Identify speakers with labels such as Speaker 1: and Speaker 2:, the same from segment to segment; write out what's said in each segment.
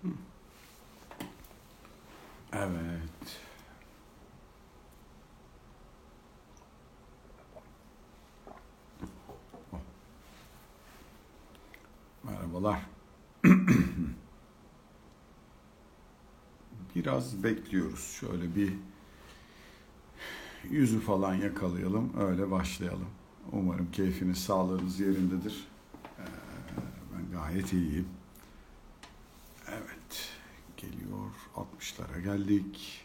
Speaker 1: Evet. Merhabalar. Biraz bekliyoruz. Şöyle bir yüzü falan yakalayalım. Öyle başlayalım. Umarım keyfiniz, sağlığınız yerindedir. Ben gayet iyiyim. Evet. Geliyor. 60'lara geldik.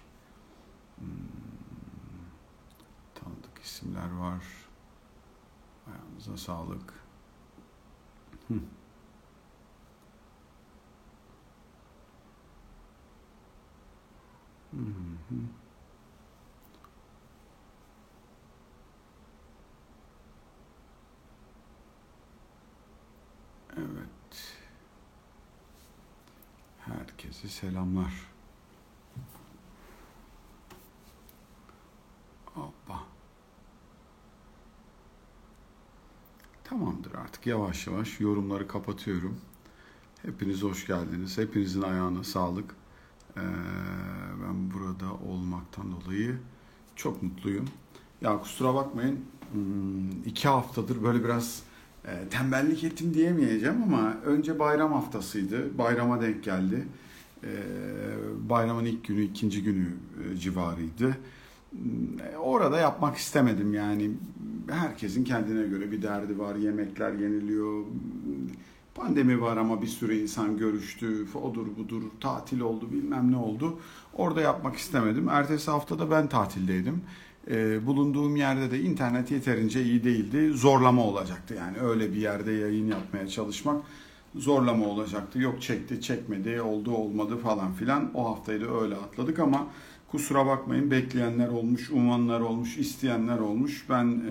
Speaker 1: Tanıdık isimler var. Ayağınıza sağlık. Evet. Herkese selamlar. Hoppa. Tamamdır, artık yavaş yavaş yorumları kapatıyorum. Hepiniz hoş geldiniz. Hepinizin ayağına sağlık. Ben burada olmaktan dolayı çok mutluyum. Ya kusura bakmayın, 2 haftadır böyle biraz tembellik ettim diyemeyeceğim ama önce bayram haftasıydı. Bayrama denk geldi. Bayramın ilk günü, ikinci günü civarıydı. Orada yapmak istemedim yani. Herkesin kendine göre bir derdi var. Yemekler yeniliyor. Pandemi var ama bir sürü insan görüştü. Odur budur, tatil oldu, bilmem ne oldu. Orada yapmak istemedim. Ertesi haftada ben tatildeydim. Bulunduğum yerde de internet yeterince iyi değildi. Zorlama olacaktı yani. Öyle bir yerde yayın yapmaya çalışmak zorlama olacaktı. Yok çekti, çekmedi, oldu, olmadı falan filan. O haftayı da öyle atladık ama kusura bakmayın, bekleyenler olmuş, umanlar olmuş, isteyenler olmuş. Ben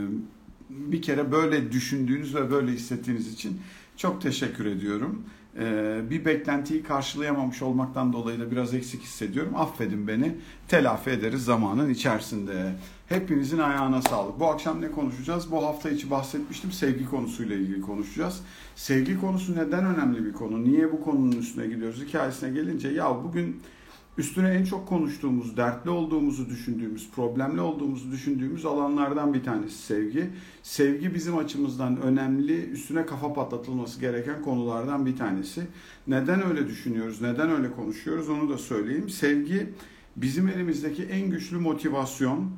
Speaker 1: bir kere böyle düşündüğünüz ve böyle hissettiğiniz için çok teşekkür ediyorum. Bir beklentiyi karşılayamamış olmaktan dolayı da biraz eksik hissediyorum. Affedin beni, telafi ederiz zamanın içerisinde. Hepinizin ayağına sağlık. Bu akşam ne konuşacağız? Bu hafta içi bahsetmiştim. Sevgi konusuyla ilgili konuşacağız. Sevgi konusu neden önemli bir konu? Niye bu konunun üstüne gidiyoruz? Hikayesine gelince ya bugün üstüne en çok konuştuğumuz, dertli olduğumuzu düşündüğümüz, problemli olduğumuzu düşündüğümüz alanlardan bir tanesi sevgi. Sevgi bizim açımızdan önemli, üstüne kafa patlatılması gereken konulardan bir tanesi. Neden öyle düşünüyoruz, neden öyle konuşuyoruz onu da söyleyeyim. Sevgi bizim elimizdeki en güçlü motivasyon,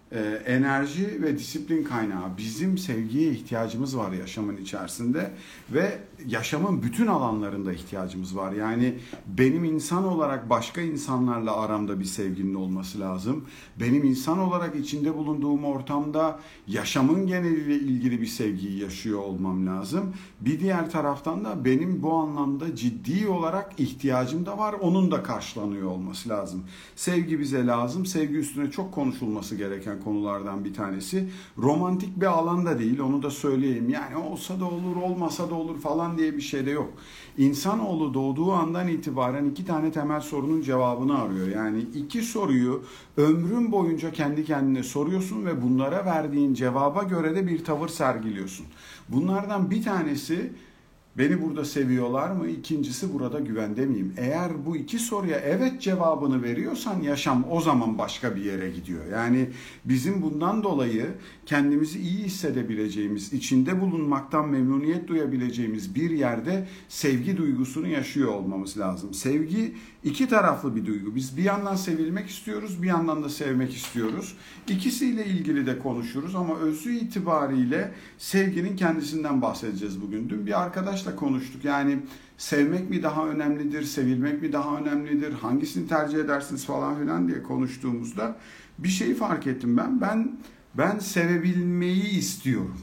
Speaker 1: enerji ve disiplin kaynağı. Bizim sevgiye ihtiyacımız var yaşamın içerisinde ve yaşamın bütün alanlarında ihtiyacımız var. Yani benim insan olarak başka insanlarla aramda bir sevginin olması lazım. Benim insan olarak içinde bulunduğum ortamda yaşamın geneliyle ilgili bir sevgiyi yaşıyor olmam lazım. Bir diğer taraftan da benim bu anlamda ciddi olarak ihtiyacım da var. Onun da karşılanıyor olması lazım. Sevgi bize lazım. Sevgi üstüne çok konuşulması gereken konulardan bir tanesi. Romantik bir alanda değil, onu da söyleyeyim. Yani olsa da olur, olmasa da olur falan diye bir şey de yok. İnsanoğlu doğduğu andan itibaren 2 tane temel sorunun cevabını arıyor. Yani 2 soruyu ömrün boyunca kendi kendine soruyorsun ve bunlara verdiğin cevaba göre de bir tavır sergiliyorsun. Bunlardan bir tanesi beni burada seviyorlar mı? İkincisi burada güvende miyim? Eğer bu 2 soruya evet cevabını veriyorsan yaşam o zaman başka bir yere gidiyor. Yani bizim bundan dolayı kendimizi iyi hissedebileceğimiz, içinde bulunmaktan memnuniyet duyabileceğimiz bir yerde sevgi duygusunu yaşıyor olmamız lazım. Sevgi 2 taraflı bir duygu. Biz bir yandan sevilmek istiyoruz, bir yandan da sevmek istiyoruz. İkisiyle ilgili de konuşuruz ama özü itibariyle sevginin kendisinden bahsedeceğiz bugün. Dün bir arkadaşla konuştuk. Yani sevmek mi daha önemlidir, sevilmek mi daha önemlidir, hangisini tercih edersiniz falan filan diye konuştuğumuzda bir şeyi fark ettim ben. Ben sevebilmeyi istiyorum.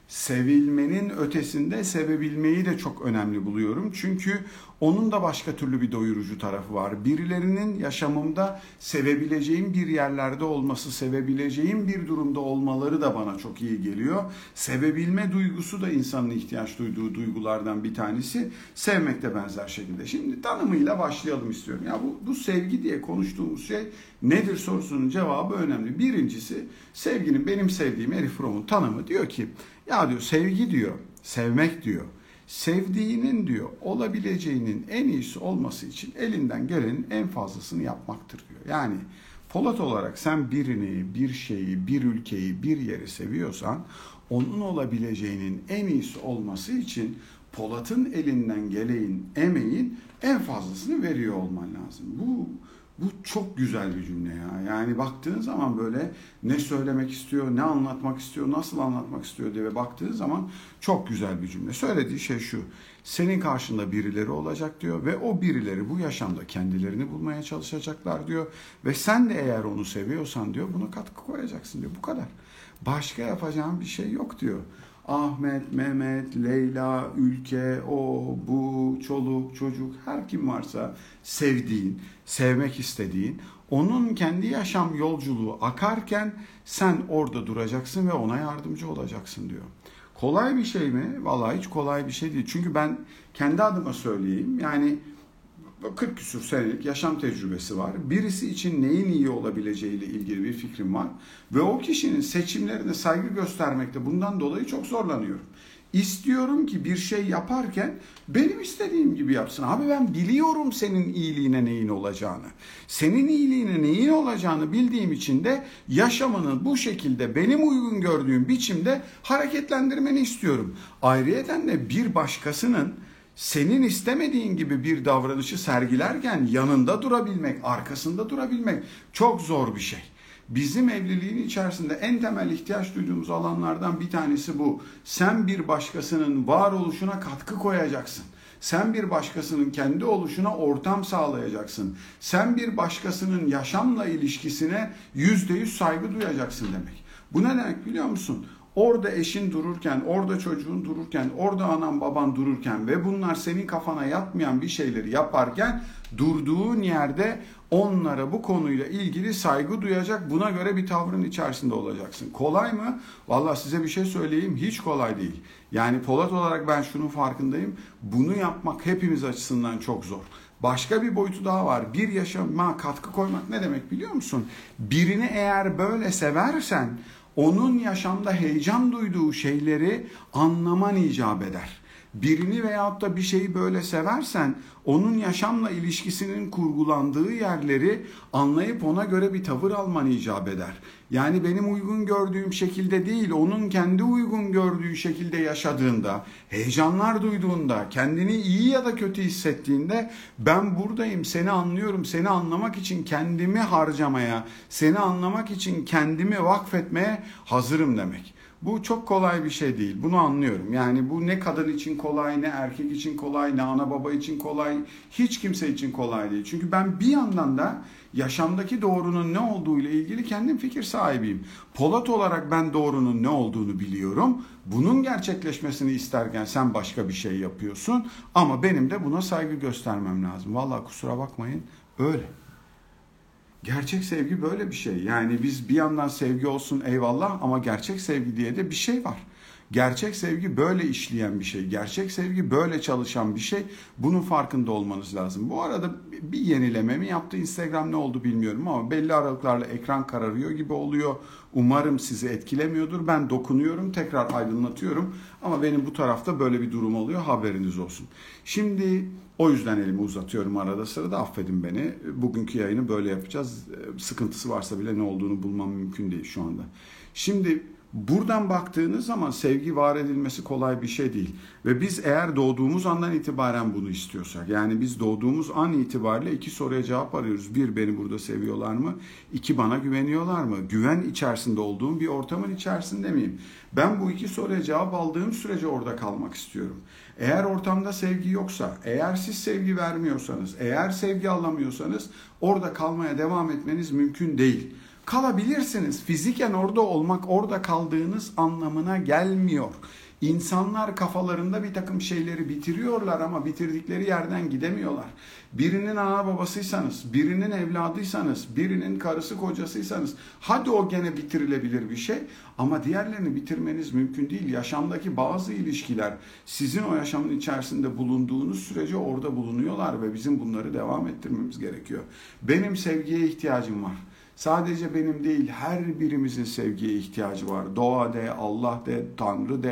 Speaker 1: Sevilmenin ötesinde sevebilmeyi de çok önemli buluyorum. Çünkü onun da başka türlü bir doyurucu tarafı var. Birilerinin yaşamımda sevebileceğim bir yerlerde olması, sevebileceğim bir durumda olmaları da bana çok iyi geliyor. Sevebilme duygusu da insanın ihtiyaç duyduğu duygulardan bir tanesi. Sevmek de benzer şekilde. Şimdi tanımıyla başlayalım istiyorum. Ya bu sevgi diye konuştuğumuz şey nedir sorusunun cevabı önemli. Birincisi sevginin benim sevdiğim Erich Fromm'un tanımı diyor ki ya diyor sevgi diyor, sevmek diyor. Sevdiğinin diyor olabileceğinin en iyisi olması için elinden gelenin en fazlasını yapmaktır diyor. Yani Polat olarak sen birini, bir şeyi, bir ülkeyi, bir yeri seviyorsan onun olabileceğinin en iyisi olması için Polat'ın elinden gelenin, emeğin en fazlasını veriyor olman lazım. Bu çok güzel bir cümle ya. Yani baktığın zaman böyle ne söylemek istiyor, ne anlatmak istiyor, nasıl anlatmak istiyor diye baktığın zaman çok güzel bir cümle. Söylediği şey şu: senin karşında birileri olacak diyor ve o birileri bu yaşamda kendilerini bulmaya çalışacaklar diyor. Ve sen de eğer onu seviyorsan diyor buna katkı koyacaksın diyor. Bu kadar. Başka yapacağın bir şey yok diyor. Ahmet, Mehmet, Leyla, ülke, o, bu, çoluk, çocuk, her kim varsa sevdiğin, sevmek istediğin, onun kendi yaşam yolculuğu akarken sen orada duracaksın ve ona yardımcı olacaksın diyor. Kolay bir şey mi? Vallahi hiç kolay bir şey değil. Çünkü ben kendi adıma söyleyeyim. Yani 40 küsur senelik yaşam tecrübesi var. Birisi için neyin iyi olabileceğiyle ilgili bir fikrim var. Ve o kişinin seçimlerine saygı göstermekte bundan dolayı çok zorlanıyorum. İstiyorum ki bir şey yaparken benim istediğim gibi yapsın. Abi ben biliyorum senin iyiliğine neyin olacağını. Senin iyiliğine neyin olacağını bildiğim için de yaşamını bu şekilde benim uygun gördüğüm biçimde hareketlendirmeni istiyorum. Ayrıyeten de bir başkasının senin istemediğin gibi bir davranışı sergilerken yanında durabilmek, arkasında durabilmek çok zor bir şey. Bizim evliliğin içerisinde en temel ihtiyaç duyduğumuz alanlardan bir tanesi bu. Sen bir başkasının varoluşuna katkı koyacaksın. Sen bir başkasının kendi oluşuna ortam sağlayacaksın. Sen bir başkasının yaşamla ilişkisine %100 saygı duyacaksın demek. Bu ne demek biliyor musun? Orada eşin dururken, orada çocuğun dururken, orada anan baban dururken ve bunlar senin kafana yatmayan bir şeyleri yaparken durduğun yerde onlara bu konuyla ilgili saygı duyacak, buna göre bir tavrın içerisinde olacaksın. Kolay mı? Vallahi size bir şey söyleyeyim, hiç kolay değil. Yani Polat olarak ben şunun farkındayım, bunu yapmak hepimiz açısından çok zor. Başka bir boyutu daha var. Bir yaşama katkı koymak ne demek biliyor musun? Birini eğer böyle seversen onun yaşamda heyecan duyduğu şeyleri anlaman icap eder. Birini veyahut da bir şeyi böyle seversen onun yaşamla ilişkisinin kurgulandığı yerleri anlayıp ona göre bir tavır alman icap eder. Yani benim uygun gördüğüm şekilde değil, onun kendi uygun gördüğü şekilde yaşadığında, heyecanlar duyduğunda, kendini iyi ya da kötü hissettiğinde ben buradayım, seni anlıyorum, seni anlamak için kendimi harcamaya, seni anlamak için kendimi vakfetmeye hazırım demek. Bu çok kolay bir şey değil. Bunu anlıyorum. Yani bu ne kadın için kolay, ne erkek için kolay, ne ana baba için kolay, hiç kimse için kolay değil. Çünkü ben bir yandan da yaşamdaki doğrunun ne olduğu ile ilgili kendim fikir sahibiyim. Polat olarak ben doğrunun ne olduğunu biliyorum. Bunun gerçekleşmesini isterken sen başka bir şey yapıyorsun. Ama benim de buna saygı göstermem lazım. Vallahi kusura bakmayın, öyle. Gerçek sevgi böyle bir şey. Yani biz bir yandan sevgi olsun eyvallah ama gerçek sevgi diye de bir şey var. Gerçek sevgi böyle işleyen bir şey. Gerçek sevgi böyle çalışan bir şey. Bunun farkında olmanız lazım. Bu arada bir yenileme mi yaptı Instagram, ne oldu bilmiyorum ama belli aralıklarla ekran kararıyor gibi oluyor. Umarım sizi etkilemiyordur. Ben dokunuyorum, tekrar aydınlatıyorum. Ama benim bu tarafta böyle bir durum oluyor. Haberiniz olsun. Şimdi o yüzden elimi uzatıyorum arada sırada. Affedin beni. Bugünkü yayını böyle yapacağız. Sıkıntısı varsa bile ne olduğunu bulmam mümkün değil şu anda. Şimdi buradan baktığınız zaman sevgi var edilmesi kolay bir şey değil. Ve biz eğer doğduğumuz andan itibaren bunu istiyorsak, yani biz doğduğumuz an itibariyle 2 soruya cevap arıyoruz. 1, beni burada seviyorlar mı? 2, bana güveniyorlar mı? Güven içerisinde olduğum bir ortamın içerisinde miyim? Ben bu 2 soruya cevap aldığım sürece orada kalmak istiyorum. Eğer ortamda sevgi yoksa, eğer siz sevgi vermiyorsanız, eğer sevgi alamıyorsanız orada kalmaya devam etmeniz mümkün değil. Kalabilirsiniz. Fiziken orada olmak orada kaldığınız anlamına gelmiyor. İnsanlar kafalarında bir takım şeyleri bitiriyorlar ama bitirdikleri yerden gidemiyorlar. Birinin ana babasıysanız, birinin evladıysanız, birinin karısı kocasıysanız hadi o gene bitirilebilir bir şey ama diğerlerini bitirmeniz mümkün değil. Yaşamdaki bazı ilişkiler sizin o yaşamın içerisinde bulunduğunuz sürece orada bulunuyorlar ve bizim bunları devam ettirmemiz gerekiyor. Benim sevgiye ihtiyacım var. Sadece benim değil, her birimizin sevgiye ihtiyacı var. Doğa de, Allah de, Tanrı de,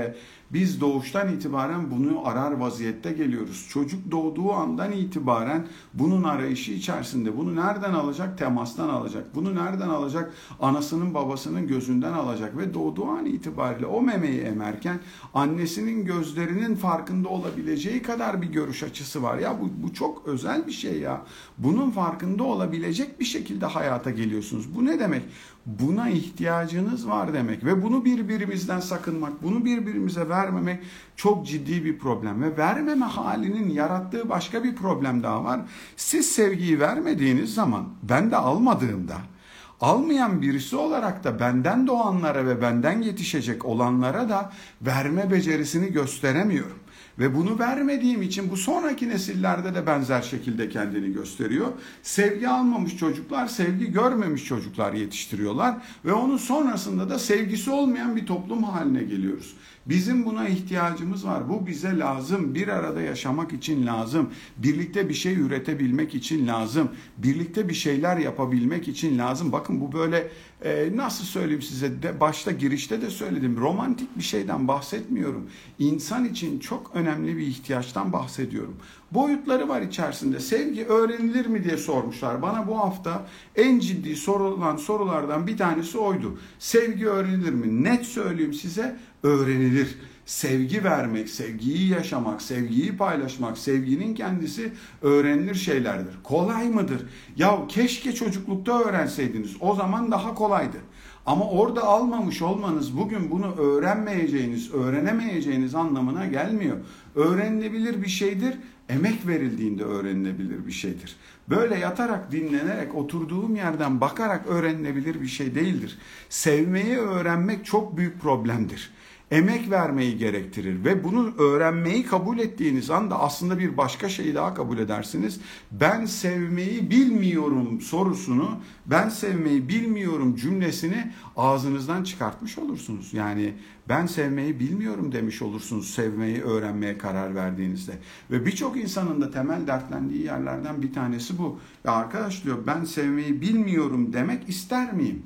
Speaker 1: Biz doğuştan itibaren bunu arar vaziyette geliyoruz. Çocuk doğduğu andan itibaren bunun arayışı içerisinde. Bunu nereden alacak? Temastan alacak. Bunu nereden alacak? Anasının babasının gözünden alacak ve doğduğu an itibariyle o memeyi emerken annesinin gözlerinin farkında olabileceği kadar bir görüş açısı var. Ya bu çok özel bir şey ya. Bunun farkında olabilecek bir şekilde hayata geliyorsunuz. Bu ne demek? Buna ihtiyacınız var demek ve bunu birbirimizden sakınmak, bunu birbirimize vermemek çok ciddi bir problem ve vermeme halinin yarattığı başka bir problem daha var. Siz sevgiyi vermediğiniz zaman, ben de almadığımda, almayan birisi olarak da benden doğanlara ve benden yetişecek olanlara da verme becerisini gösteremiyorum. Ve bunu vermediğim için bu sonraki nesillerde de benzer şekilde kendini gösteriyor. Sevgi almamış çocuklar, sevgi görmemiş çocuklar yetiştiriyorlar ve onun sonrasında da sevgisi olmayan bir toplum haline geliyoruz. Bizim buna ihtiyacımız var. Bu bize lazım. Bir arada yaşamak için lazım. Birlikte bir şey üretebilmek için lazım. Birlikte bir şeyler yapabilmek için lazım. Bakın bu böyle nasıl söyleyeyim size, başta girişte de söyledim. Romantik bir şeyden bahsetmiyorum. İnsan için çok önemli bir ihtiyaçtan bahsediyorum. Boyutları var içerisinde. Sevgi öğrenilir mi diye sormuşlar. Bana bu hafta en ciddi sorulan sorulardan bir tanesi oydu. Sevgi öğrenilir mi? Net söyleyeyim size, öğrenilir. Sevgi vermek, sevgiyi yaşamak, sevgiyi paylaşmak, sevginin kendisi öğrenilir şeylerdir. Kolay mıdır? Ya keşke çocuklukta öğrenseydiniz. O zaman daha kolaydı. Ama orada almamış olmanız bugün bunu öğrenmeyeceğiniz, öğrenemeyeceğiniz anlamına gelmiyor. Öğrenilebilir bir şeydir. Emek verildiğinde öğrenilebilir bir şeydir. Böyle yatarak, dinlenerek, oturduğum yerden bakarak öğrenilebilir bir şey değildir. Sevmeyi öğrenmek çok büyük problemdir. Emek vermeyi gerektirir ve bunu öğrenmeyi kabul ettiğiniz anda aslında bir başka şeyi daha kabul edersiniz. Ben sevmeyi bilmiyorum sorusunu, ben sevmeyi bilmiyorum cümlesini ağzınızdan çıkartmış olursunuz. Yani ben sevmeyi bilmiyorum demiş olursunuz sevmeyi öğrenmeye karar verdiğinizde. Ve birçok insanın da temel dertlendiği yerlerden bir tanesi bu. Ya arkadaş diyor, ben sevmeyi bilmiyorum demek ister miyim?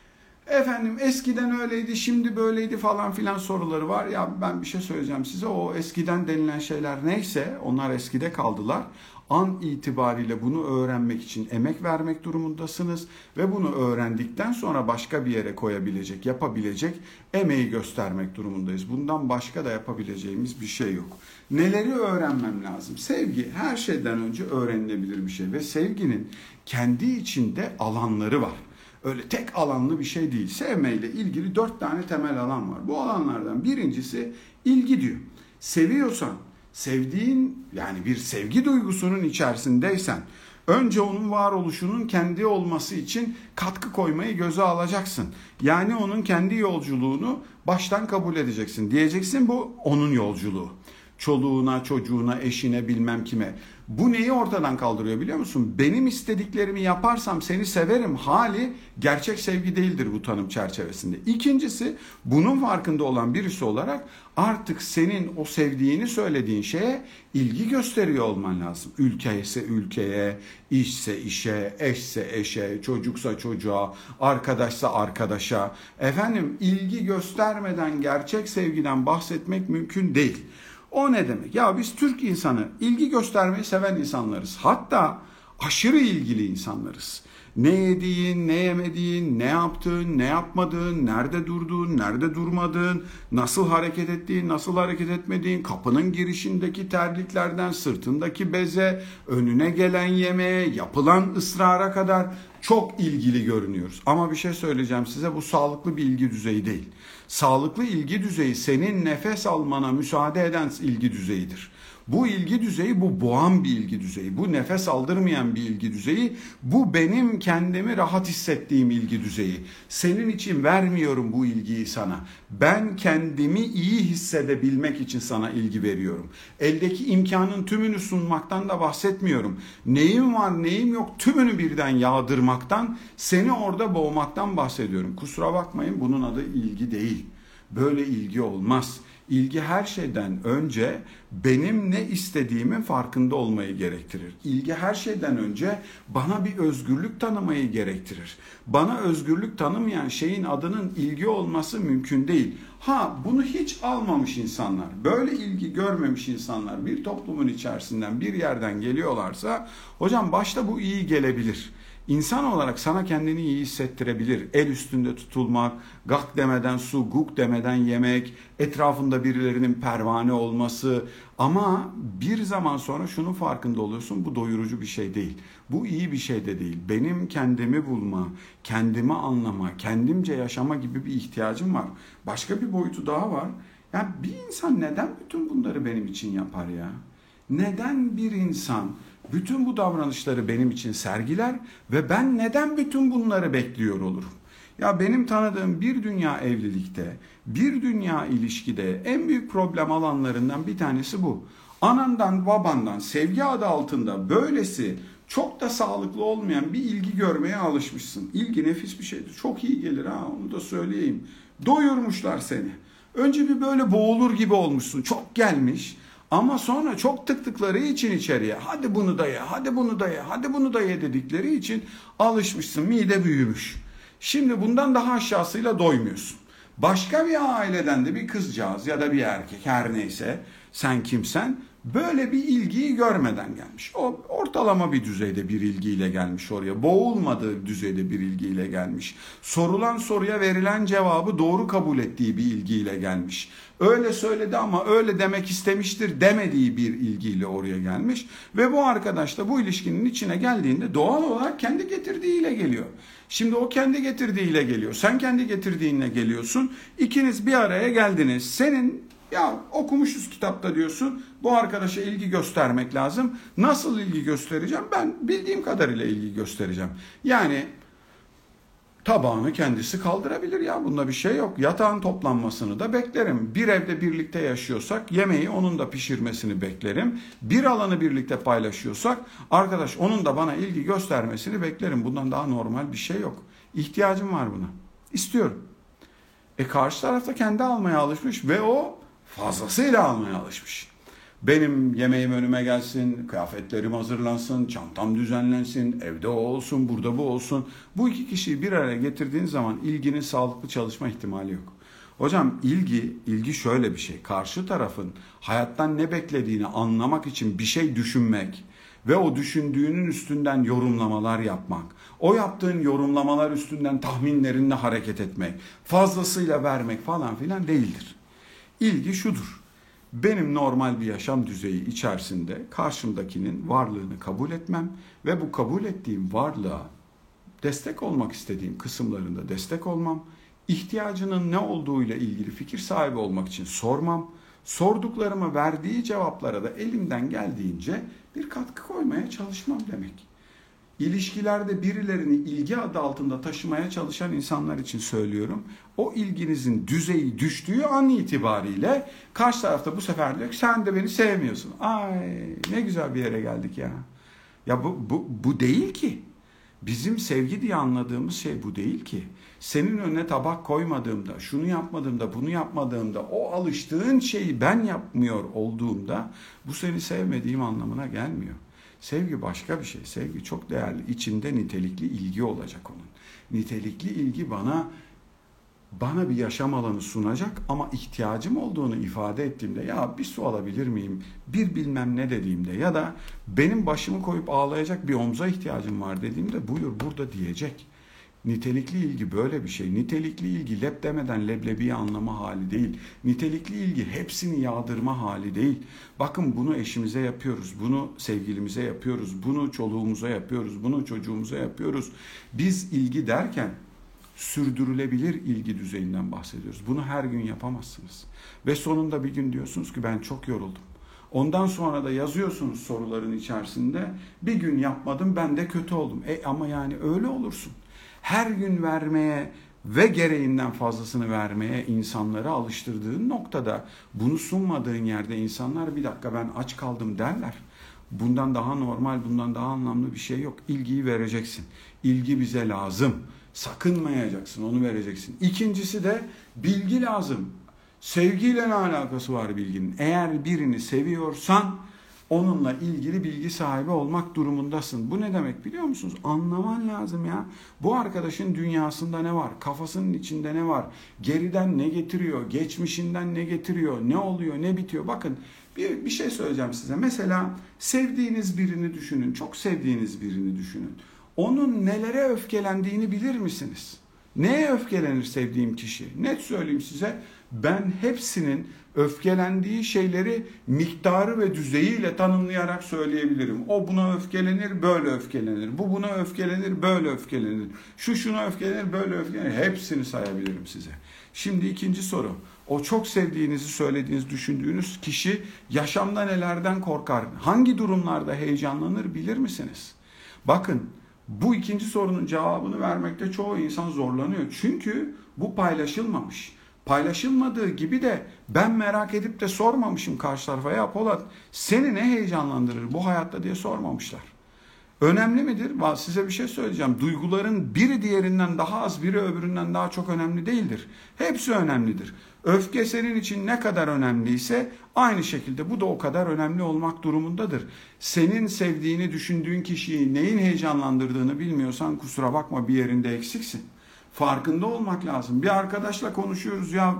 Speaker 1: Efendim eskiden öyleydi, şimdi böyleydi falan filan soruları var. Ya ben bir şey söyleyeceğim size. O eskiden denilen şeyler neyse onlar eskide kaldılar. An itibariyle bunu öğrenmek için emek vermek durumundasınız. Ve bunu öğrendikten sonra başka bir yere koyabilecek, yapabilecek emeği göstermek durumundayız. Bundan başka da yapabileceğimiz bir şey yok. Neleri öğrenmem lazım? Sevgi her şeyden önce öğrenilebilir bir şey. Ve sevginin kendi içinde alanları var. Öyle tek alanlı bir şey değil. Sevmeyle ilgili 4 tane temel alan var. Bu alanlardan birincisi ilgi diyor. Seviyorsan, sevdiğin yani bir sevgi duygusunun içerisindeysen önce onun varoluşunun kendi olması için katkı koymayı göze alacaksın. Yani onun kendi yolculuğunu baştan kabul edeceksin. Diyeceksin bu onun yolculuğu. Çoluğuna, çocuğuna, eşine, bilmem kime. Bu neyi ortadan kaldırıyor biliyor musun? Benim istediklerimi yaparsam seni severim hali gerçek sevgi değildir bu tanım çerçevesinde. İkincisi, bunun farkında olan birisi olarak artık senin o sevdiğini söylediğin şeye ilgi gösteriyor olman lazım. Ülke ise ülkeye, işse işe, eşse eşe, çocuksa çocuğa, arkadaşsa arkadaşa. Efendim ilgi göstermeden gerçek sevgiden bahsetmek mümkün değil. O ne demek? Ya biz Türk insanı ilgi göstermeyi seven insanlarız. Hatta aşırı ilgili insanlarız. Ne yediğin, ne yemediğin, ne yaptığın, ne yapmadığın, nerede durduğun, nerede durmadığın, nasıl hareket ettiğin, nasıl hareket etmediğin, kapının girişindeki terliklerden, sırtındaki beze, önüne gelen yemeğe, yapılan ısrara kadar çok ilgili görünüyoruz. Ama bir şey söyleyeceğim size, bu sağlıklı bir ilgi düzeyi değil. Sağlıklı ilgi düzeyi senin nefes almana müsaade eden ilgi düzeyidir. Bu ilgi düzeyi, bu boğan bir ilgi düzeyi, bu nefes aldırmayan bir ilgi düzeyi, bu benim kendimi rahat hissettiğim ilgi düzeyi. Senin için vermiyorum bu ilgiyi sana. Ben kendimi iyi hissedebilmek için sana ilgi veriyorum. Eldeki imkanın tümünü sunmaktan da bahsetmiyorum. Neyim var, neyim yok tümünü birden yağdırmaktan, seni orada boğmaktan bahsediyorum. Kusura bakmayın, bunun adı ilgi değil. Böyle ilgi olmaz. İlgi her şeyden önce benim ne istediğimin farkında olmayı gerektirir. İlgi her şeyden önce bana bir özgürlük tanımayı gerektirir. Bana özgürlük tanımayan şeyin adının ilgi olması mümkün değil. Bunu hiç almamış insanlar, böyle ilgi görmemiş insanlar bir toplumun içerisinden bir yerden geliyorlarsa, hocam başta bu iyi gelebilir. İnsan olarak sana kendini iyi hissettirebilir. El üstünde tutulmak, gak demeden su, guk demeden yemek, etrafında birilerinin pervane olması. Ama bir zaman sonra şunun farkında oluyorsun, bu doyurucu bir şey değil. Bu iyi bir şey de değil. Benim kendimi bulma, kendimi anlama, kendimce yaşama gibi bir ihtiyacım var. Başka bir boyutu daha var. Yani bir insan neden bütün bunları benim için yapar ya? Neden bir insan bütün bu davranışları benim için sergiler ve ben neden bütün bunları bekliyor olurum? Ya benim tanıdığım bir dünya evlilikte, bir dünya ilişkide en büyük problem alanlarından bir tanesi bu. Anandan, babandan sevgi adı altında böylesi çok da sağlıklı olmayan bir ilgi görmeye alışmışsın. İlgi nefis bir şeydir. Çok iyi gelir onu da söyleyeyim. Doyurmuşlar seni. Önce bir böyle boğulur gibi olmuşsun. Çok gelmiş. Ama sonra çok tıktıkları için içeriye hadi bunu da ye, hadi bunu da ye, hadi bunu da ye dedikleri için alışmışsın, mide büyümüş. Şimdi bundan daha aşağısıyla doymuyorsun. Başka bir aileden de bir kızcağız ya da bir erkek her neyse sen kimsen böyle bir ilgiyi görmeden gelmiş. O ortalama bir düzeyde bir ilgiyle gelmiş oraya. Boğulmadığı düzeyde bir ilgiyle gelmiş. Sorulan soruya verilen cevabı doğru kabul ettiği bir ilgiyle gelmiş. Öyle söyledi ama öyle demek istemiştir demediği bir ilgiyle oraya gelmiş. Ve bu arkadaş da bu ilişkinin içine geldiğinde doğal olarak kendi getirdiğiyle geliyor. Şimdi o kendi getirdiğiyle geliyor. Sen kendi getirdiğinle geliyorsun. İkiniz bir araya geldiniz. Senin ya okumuşuz kitapta diyorsun. Bu arkadaşa ilgi göstermek lazım. Nasıl ilgi göstereceğim? Ben bildiğim kadarıyla ilgi göstereceğim. Yani tabağını kendisi kaldırabilir ya. Bunda bir şey yok. Yatağın toplanmasını da beklerim. Bir evde birlikte yaşıyorsak yemeği onun da pişirmesini beklerim. Bir alanı birlikte paylaşıyorsak arkadaş onun da bana ilgi göstermesini beklerim. Bundan daha normal bir şey yok. İhtiyacım var buna. İstiyorum. Karşı tarafta kendi almaya alışmış ve o fazlasıyla almaya alışmış. Benim yemeğim önüme gelsin, kıyafetlerim hazırlansın, çantam düzenlensin, evde o olsun, burada bu olsun. Bu iki kişiyi bir araya getirdiğin zaman ilginin sağlıklı çalışma ihtimali yok. Hocam ilgi şöyle bir şey. Karşı tarafın hayattan ne beklediğini anlamak için bir şey düşünmek ve o düşündüğünün üstünden yorumlamalar yapmak. O yaptığın yorumlamalar üstünden tahminlerinle hareket etmek, fazlasıyla vermek falan filan değildir. İlgi şudur. Benim normal bir yaşam düzeyi içerisinde karşımdakinin varlığını kabul etmem ve bu kabul ettiğim varlığa destek olmak istediğim kısımlarında destek olmam, ihtiyacının ne olduğuyla ilgili fikir sahibi olmak için sormam, sorduklarıma verdiği cevaplara da elimden geldiğince bir katkı koymaya çalışmam demek. İlişkilerde birilerini ilgi adı altında taşımaya çalışan insanlar için söylüyorum. O ilginizin düzeyi düştüğü an itibariyle karşı tarafta bu sefer diyor ki sen de beni sevmiyorsun. Ay ne güzel bir yere geldik ya. Ya bu değil ki. Bizim sevgi diye anladığımız şey bu değil ki. Senin önüne tabak koymadığımda, şunu yapmadığımda, bunu yapmadığımda, o alıştığın şeyi ben yapmıyor olduğumda bu seni sevmediğim anlamına gelmiyor. Sevgi başka bir şey. Sevgi çok değerli. İçinde nitelikli ilgi olacak onun. Nitelikli ilgi bana bir yaşam alanı sunacak ama ihtiyacım olduğunu ifade ettiğimde ya bir su alabilir miyim? Bir bilmem ne dediğimde ya da benim başımı koyup ağlayacak bir omza ihtiyacım var dediğimde buyur burada diyecek. Nitelikli ilgi böyle bir şey. Nitelikli ilgi lep demeden leblebiyi anlama hali değil. Nitelikli ilgi hepsini yağdırma hali değil. Bakın bunu eşimize yapıyoruz. Bunu sevgilimize yapıyoruz. Bunu çoluğumuza yapıyoruz. Bunu çocuğumuza yapıyoruz. Biz ilgi derken sürdürülebilir ilgi düzeyinden bahsediyoruz. Bunu her gün yapamazsınız. Ve sonunda bir gün diyorsunuz ki ben çok yoruldum. Ondan sonra da yazıyorsunuz soruların içerisinde bir gün yapmadım ben de kötü oldum. Ama yani öyle olursun. Her gün vermeye ve gereğinden fazlasını vermeye insanları alıştırdığın noktada bunu sunmadığın yerde insanlar bir dakika ben aç kaldım derler. Bundan daha normal, bundan daha anlamlı bir şey yok. İlgiyi vereceksin. İlgi bize lazım. Sakınmayacaksın, onu vereceksin. İkincisi de bilgi lazım. Sevgiyle ne alakası var bilginin? Eğer birini seviyorsan onunla ilgili bilgi sahibi olmak durumundasın. Bu ne demek biliyor musunuz? Anlaman lazım ya. Bu arkadaşın dünyasında ne var? Kafasının içinde ne var? Geriden ne getiriyor? Geçmişinden ne getiriyor? Ne oluyor? Ne bitiyor? Bakın bir şey söyleyeceğim size. Mesela sevdiğiniz birini düşünün. Çok sevdiğiniz birini düşünün. Onun nelere öfkelendiğini bilir misiniz? Neye öfkelenir sevdiğim kişi? Net söyleyeyim size. Ben hepsinin öfkelendiği şeyleri miktarı ve düzeyiyle tanımlayarak söyleyebilirim. O buna öfkelenir, böyle öfkelenir. Bu buna öfkelenir, böyle öfkelenir. Şu şuna öfkelenir, böyle öfkelenir. Hepsini sayabilirim size. Şimdi ikinci soru. O çok sevdiğinizi söylediğiniz, düşündüğünüz kişi yaşamda nelerden korkar? Hangi durumlarda heyecanlanır bilir misiniz? Bakın, bu ikinci sorunun cevabını vermekte çoğu insan zorlanıyor. Çünkü bu paylaşılmamış. Paylaşılmadığı gibi de ben merak edip de sormamışım karşı tarafa. Ya Polat, seni ne heyecanlandırır bu hayatta diye sormamışlar. Önemli midir? Size bir şey söyleyeceğim. Duyguların biri diğerinden daha az, biri öbüründen daha çok önemli değildir. Hepsi önemlidir. Öfke senin için ne kadar önemliyse aynı şekilde bu da o kadar önemli olmak durumundadır. Senin sevdiğini düşündüğün kişiyi neyin heyecanlandırdığını bilmiyorsan kusura bakma, bir yerinde eksiksin. Farkında olmak lazım. Bir arkadaşla konuşuyoruz ya,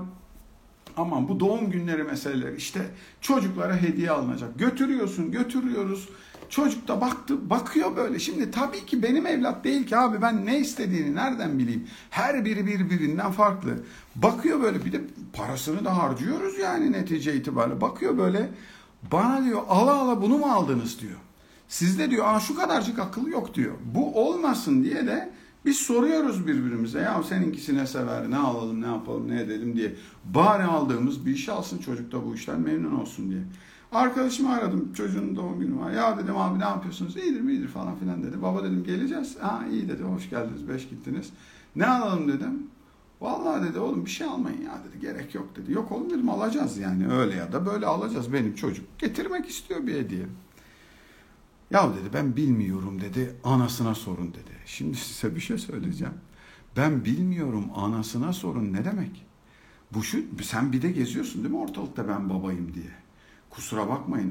Speaker 1: aman bu doğum günleri meseleleri, işte çocuklara hediye alınacak. Götürüyoruz. Çocuk da bakıyor böyle. Şimdi tabii ki benim evlat değil ki abi, ben ne istediğini nereden bileyim? Her biri birbirinden farklı. Bakıyor böyle, bir de parasını da harcıyoruz yani netice itibariyle. Bakıyor böyle, bana diyor ala bunu mu aldınız diyor. Sizde diyor şu kadarcık akıl yok diyor. Bu olmasın diye de biz soruyoruz birbirimize, ya seninkisi ne sever, ne alalım, ne yapalım, ne edelim diye. Bari aldığımız bir işi alsın, çocuk da bu işten memnun olsun diye. Arkadaşımı aradım, çocuğun doğum günü var. Ya dedim abi ne yapıyorsunuz? İyidir falan filan dedi. Baba dedim geleceğiz. İyi dedi, hoş geldiniz, 5 gittiniz. Ne alalım dedim. Vallahi dedi oğlum bir şey almayın ya dedi, gerek yok dedi. Yok oğlum dedim, alacağız yani, öyle ya da böyle alacağız. Benim çocuk getirmek istiyor bir hediye. Ya dedi ben bilmiyorum dedi, anasına sorun dedi. Şimdi size bir şey söyleyeceğim. Ben bilmiyorum, anasına sorun ne demek? Sen bir de geziyorsun değil mi ortalıkta ben babayım diye. Kusura bakmayın,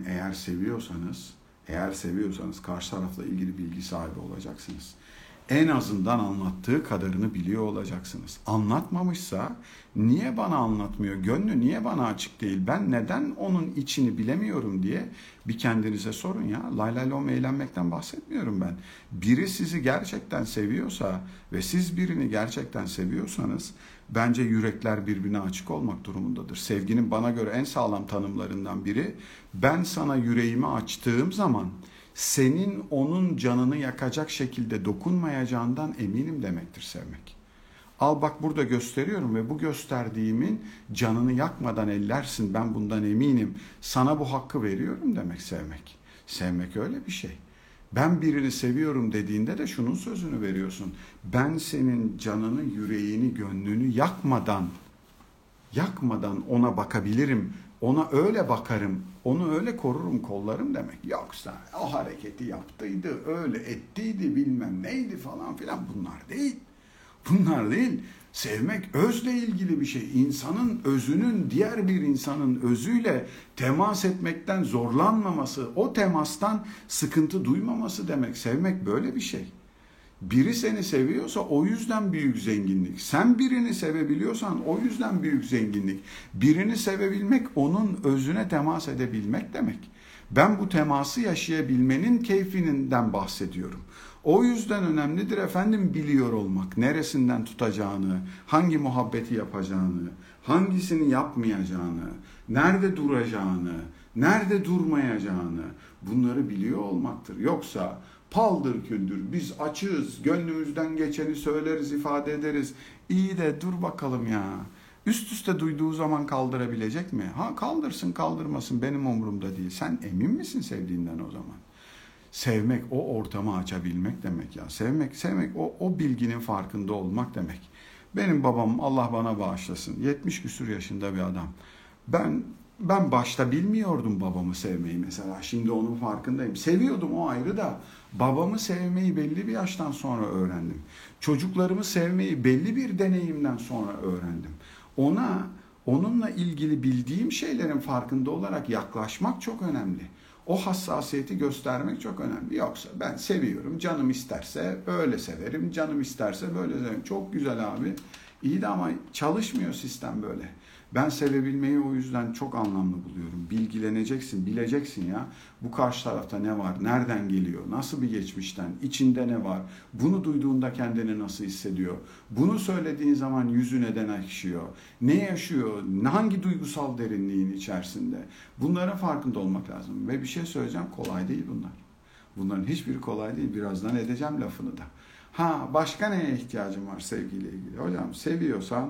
Speaker 1: eğer seviyorsanız karşı tarafla ilgili bilgi sahibi olacaksınız. En azından anlattığı kadarını biliyor olacaksınız. Anlatmamışsa niye bana anlatmıyor? Gönlü niye bana açık değil? Ben neden onun içini bilemiyorum diye bir kendinize sorun ya. Lay lay lom eğlenmekten bahsetmiyorum ben. Biri sizi gerçekten seviyorsa ve siz birini gerçekten seviyorsanız bence yürekler birbirine açık olmak durumundadır. Sevginin bana göre en sağlam tanımlarından biri, ben sana yüreğimi açtığım zaman senin onun canını yakacak şekilde dokunmayacağından eminim demektir sevmek. Al bak burada gösteriyorum ve bu gösterdiğimin canını yakmadan ellersin, ben bundan eminim. Sana bu hakkı veriyorum demek sevmek. Sevmek öyle bir şey. Ben birini seviyorum dediğinde de şunun sözünü veriyorsun. Ben senin canını, yüreğini, gönlünü yakmadan ona bakabilirim. Ona öyle bakarım, onu öyle korurum, kollarım demek. Yoksa o hareketi yaptıydı, öyle ettiydi, bilmem neydi falan filan, bunlar değil. Sevmek özle ilgili bir şey. İnsanın özünün diğer bir insanın özüyle temas etmekten zorlanmaması, o temastan sıkıntı duymaması demek. Sevmek böyle bir şey. Biri seni seviyorsa o yüzden büyük zenginlik. Sen birini sevebiliyorsan o yüzden büyük zenginlik. Birini sevebilmek onun özüne temas edebilmek demek. Ben bu teması yaşayabilmenin keyfinden bahsediyorum. O yüzden önemlidir efendim biliyor olmak. Neresinden tutacağını, hangi muhabbeti yapacağını, hangisini yapmayacağını, nerede duracağını, nerede durmayacağını bunları biliyor olmaktır. Yoksa paldır küldür biz açığız, gönlümüzden geçeni söyleriz, ifade ederiz. İyi de dur bakalım ya. Üst üste duyduğu zaman kaldırabilecek mi? Kaldırsın kaldırmasın benim umurumda değil. Sen emin misin sevdiğinden o zaman? Sevmek o ortamı açabilmek demek ya. Sevmek o bilginin farkında olmak demek. Benim babam Allah bana bağışlasın 70 küsur yaşında bir adam. Ben başta bilmiyordum babamı sevmeyi mesela. Şimdi onun farkındayım. Seviyordum o ayrı da babamı sevmeyi belli bir yaştan sonra öğrendim. Çocuklarımı sevmeyi belli bir deneyimden sonra öğrendim. Onunla ilgili bildiğim şeylerin farkında olarak yaklaşmak çok önemli. O hassasiyeti göstermek çok önemli. Yoksa ben seviyorum, canım isterse öyle severim, canım isterse böyle severim. Çok güzel abi. İyi de ama çalışmıyor sistem böyle. Ben sevebilmeyi o yüzden çok anlamlı buluyorum. Bilgileneceksin, bileceksin ya. Bu karşı tarafta ne var, nereden geliyor, nasıl bir geçmişten, içinde ne var, bunu duyduğunda kendini nasıl hissediyor, bunu söylediğin zaman yüzü neden ekşiyor, ne yaşıyor, hangi duygusal derinliğin içerisinde. Bunların farkında olmak lazım. Ve bir şey söyleyeceğim, kolay değil bunlar. Bunların hiçbiri kolay değil. Birazdan edeceğim lafını da. Ha, başka neye ihtiyacım var sevgiyle ilgili? Hocam seviyorsan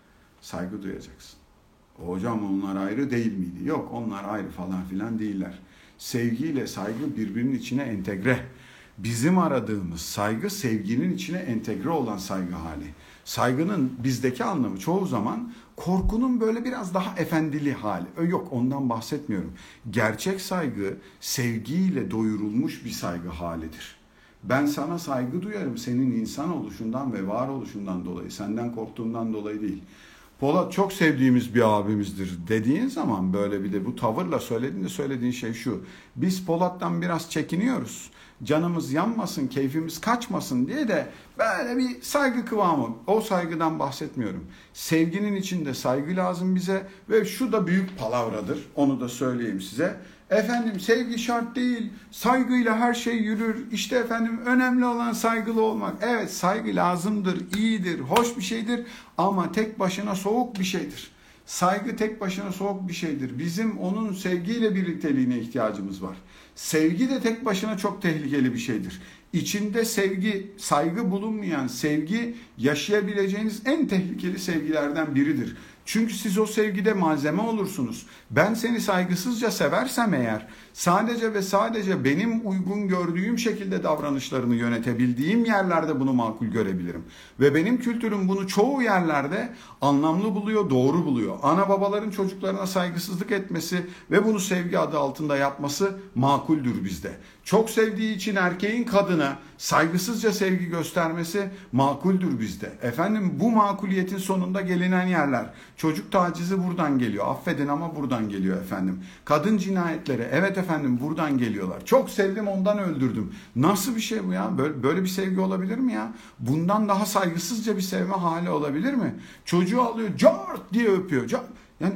Speaker 1: saygı duyacaksın. Hocam onlar ayrı değil miydi? Yok, onlar ayrı falan filan değiller. Sevgiyle saygı birbirinin içine entegre. Bizim aradığımız saygı sevginin içine entegre olan saygı hali. Saygının bizdeki anlamı çoğu zaman korkunun böyle biraz daha efendili hali. Yok, ondan bahsetmiyorum. Gerçek saygı sevgiyle doyurulmuş bir saygı halidir. Ben sana saygı duyarım senin insan oluşundan ve varoluşundan dolayı, senden korktuğumdan dolayı değil. Polat çok sevdiğimiz bir abimizdir dediğin zaman, böyle bir de bu tavırla söylediğinde söylediğin şey şu: biz Polat'tan biraz çekiniyoruz. Canımız yanmasın, keyfimiz kaçmasın diye de böyle bir saygı kıvamı. O saygıdan bahsetmiyorum. Sevginin içinde saygı lazım bize ve şu da büyük palavradır. Onu da söyleyeyim size. Efendim sevgi şart değil, saygıyla her şey yürür. İşte efendim önemli olan saygılı olmak. Evet, saygı lazımdır, iyidir, hoş bir şeydir ama tek başına soğuk bir şeydir. Saygı tek başına soğuk bir şeydir. Bizim onun sevgiyle birlikteliğine ihtiyacımız var. Sevgi de tek başına çok tehlikeli bir şeydir. İçinde sevgi, saygı bulunmayan sevgi yaşayabileceğiniz en tehlikeli sevgilerden biridir. Çünkü siz o sevgide malzeme olursunuz. Ben seni saygısızca seversem eğer, sadece ve sadece benim uygun gördüğüm şekilde davranışlarını yönetebildiğim yerlerde bunu makul görebilirim. Ve benim kültürüm bunu çoğu yerlerde anlamlı buluyor, doğru buluyor. Ana babaların çocuklarına saygısızlık etmesi ve bunu sevgi adı altında yapması makuldür bizde. Çok sevdiği için erkeğin kadına saygısızca sevgi göstermesi makuldür bizde. Efendim, bu makuliyetin sonunda gelinen yerler. Çocuk tacizi buradan geliyor. Affedin ama buradan geliyor efendim. Kadın cinayetleri, evet efendim, buradan geliyorlar. Çok sevdim, ondan öldürdüm. Nasıl bir şey bu ya? Böyle bir sevgi olabilir mi ya? Bundan daha saygısızca bir sevme hali olabilir mi? Çocuğu alıyor, cart diye öpüyor. Yani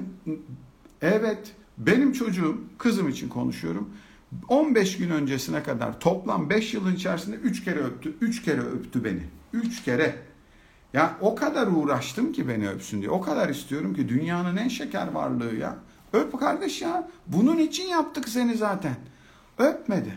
Speaker 1: evet, benim çocuğum, kızım için konuşuyorum. 15 gün öncesine kadar toplam 5 yılın içerisinde 3 kere öptü. 3 kere öptü beni. 3 kere. Ya o kadar uğraştım ki beni öpsün diye. O kadar istiyorum ki, dünyanın en şeker varlığı ya. Öp kardeş ya. Bunun için yaptık seni zaten. Öpmedi.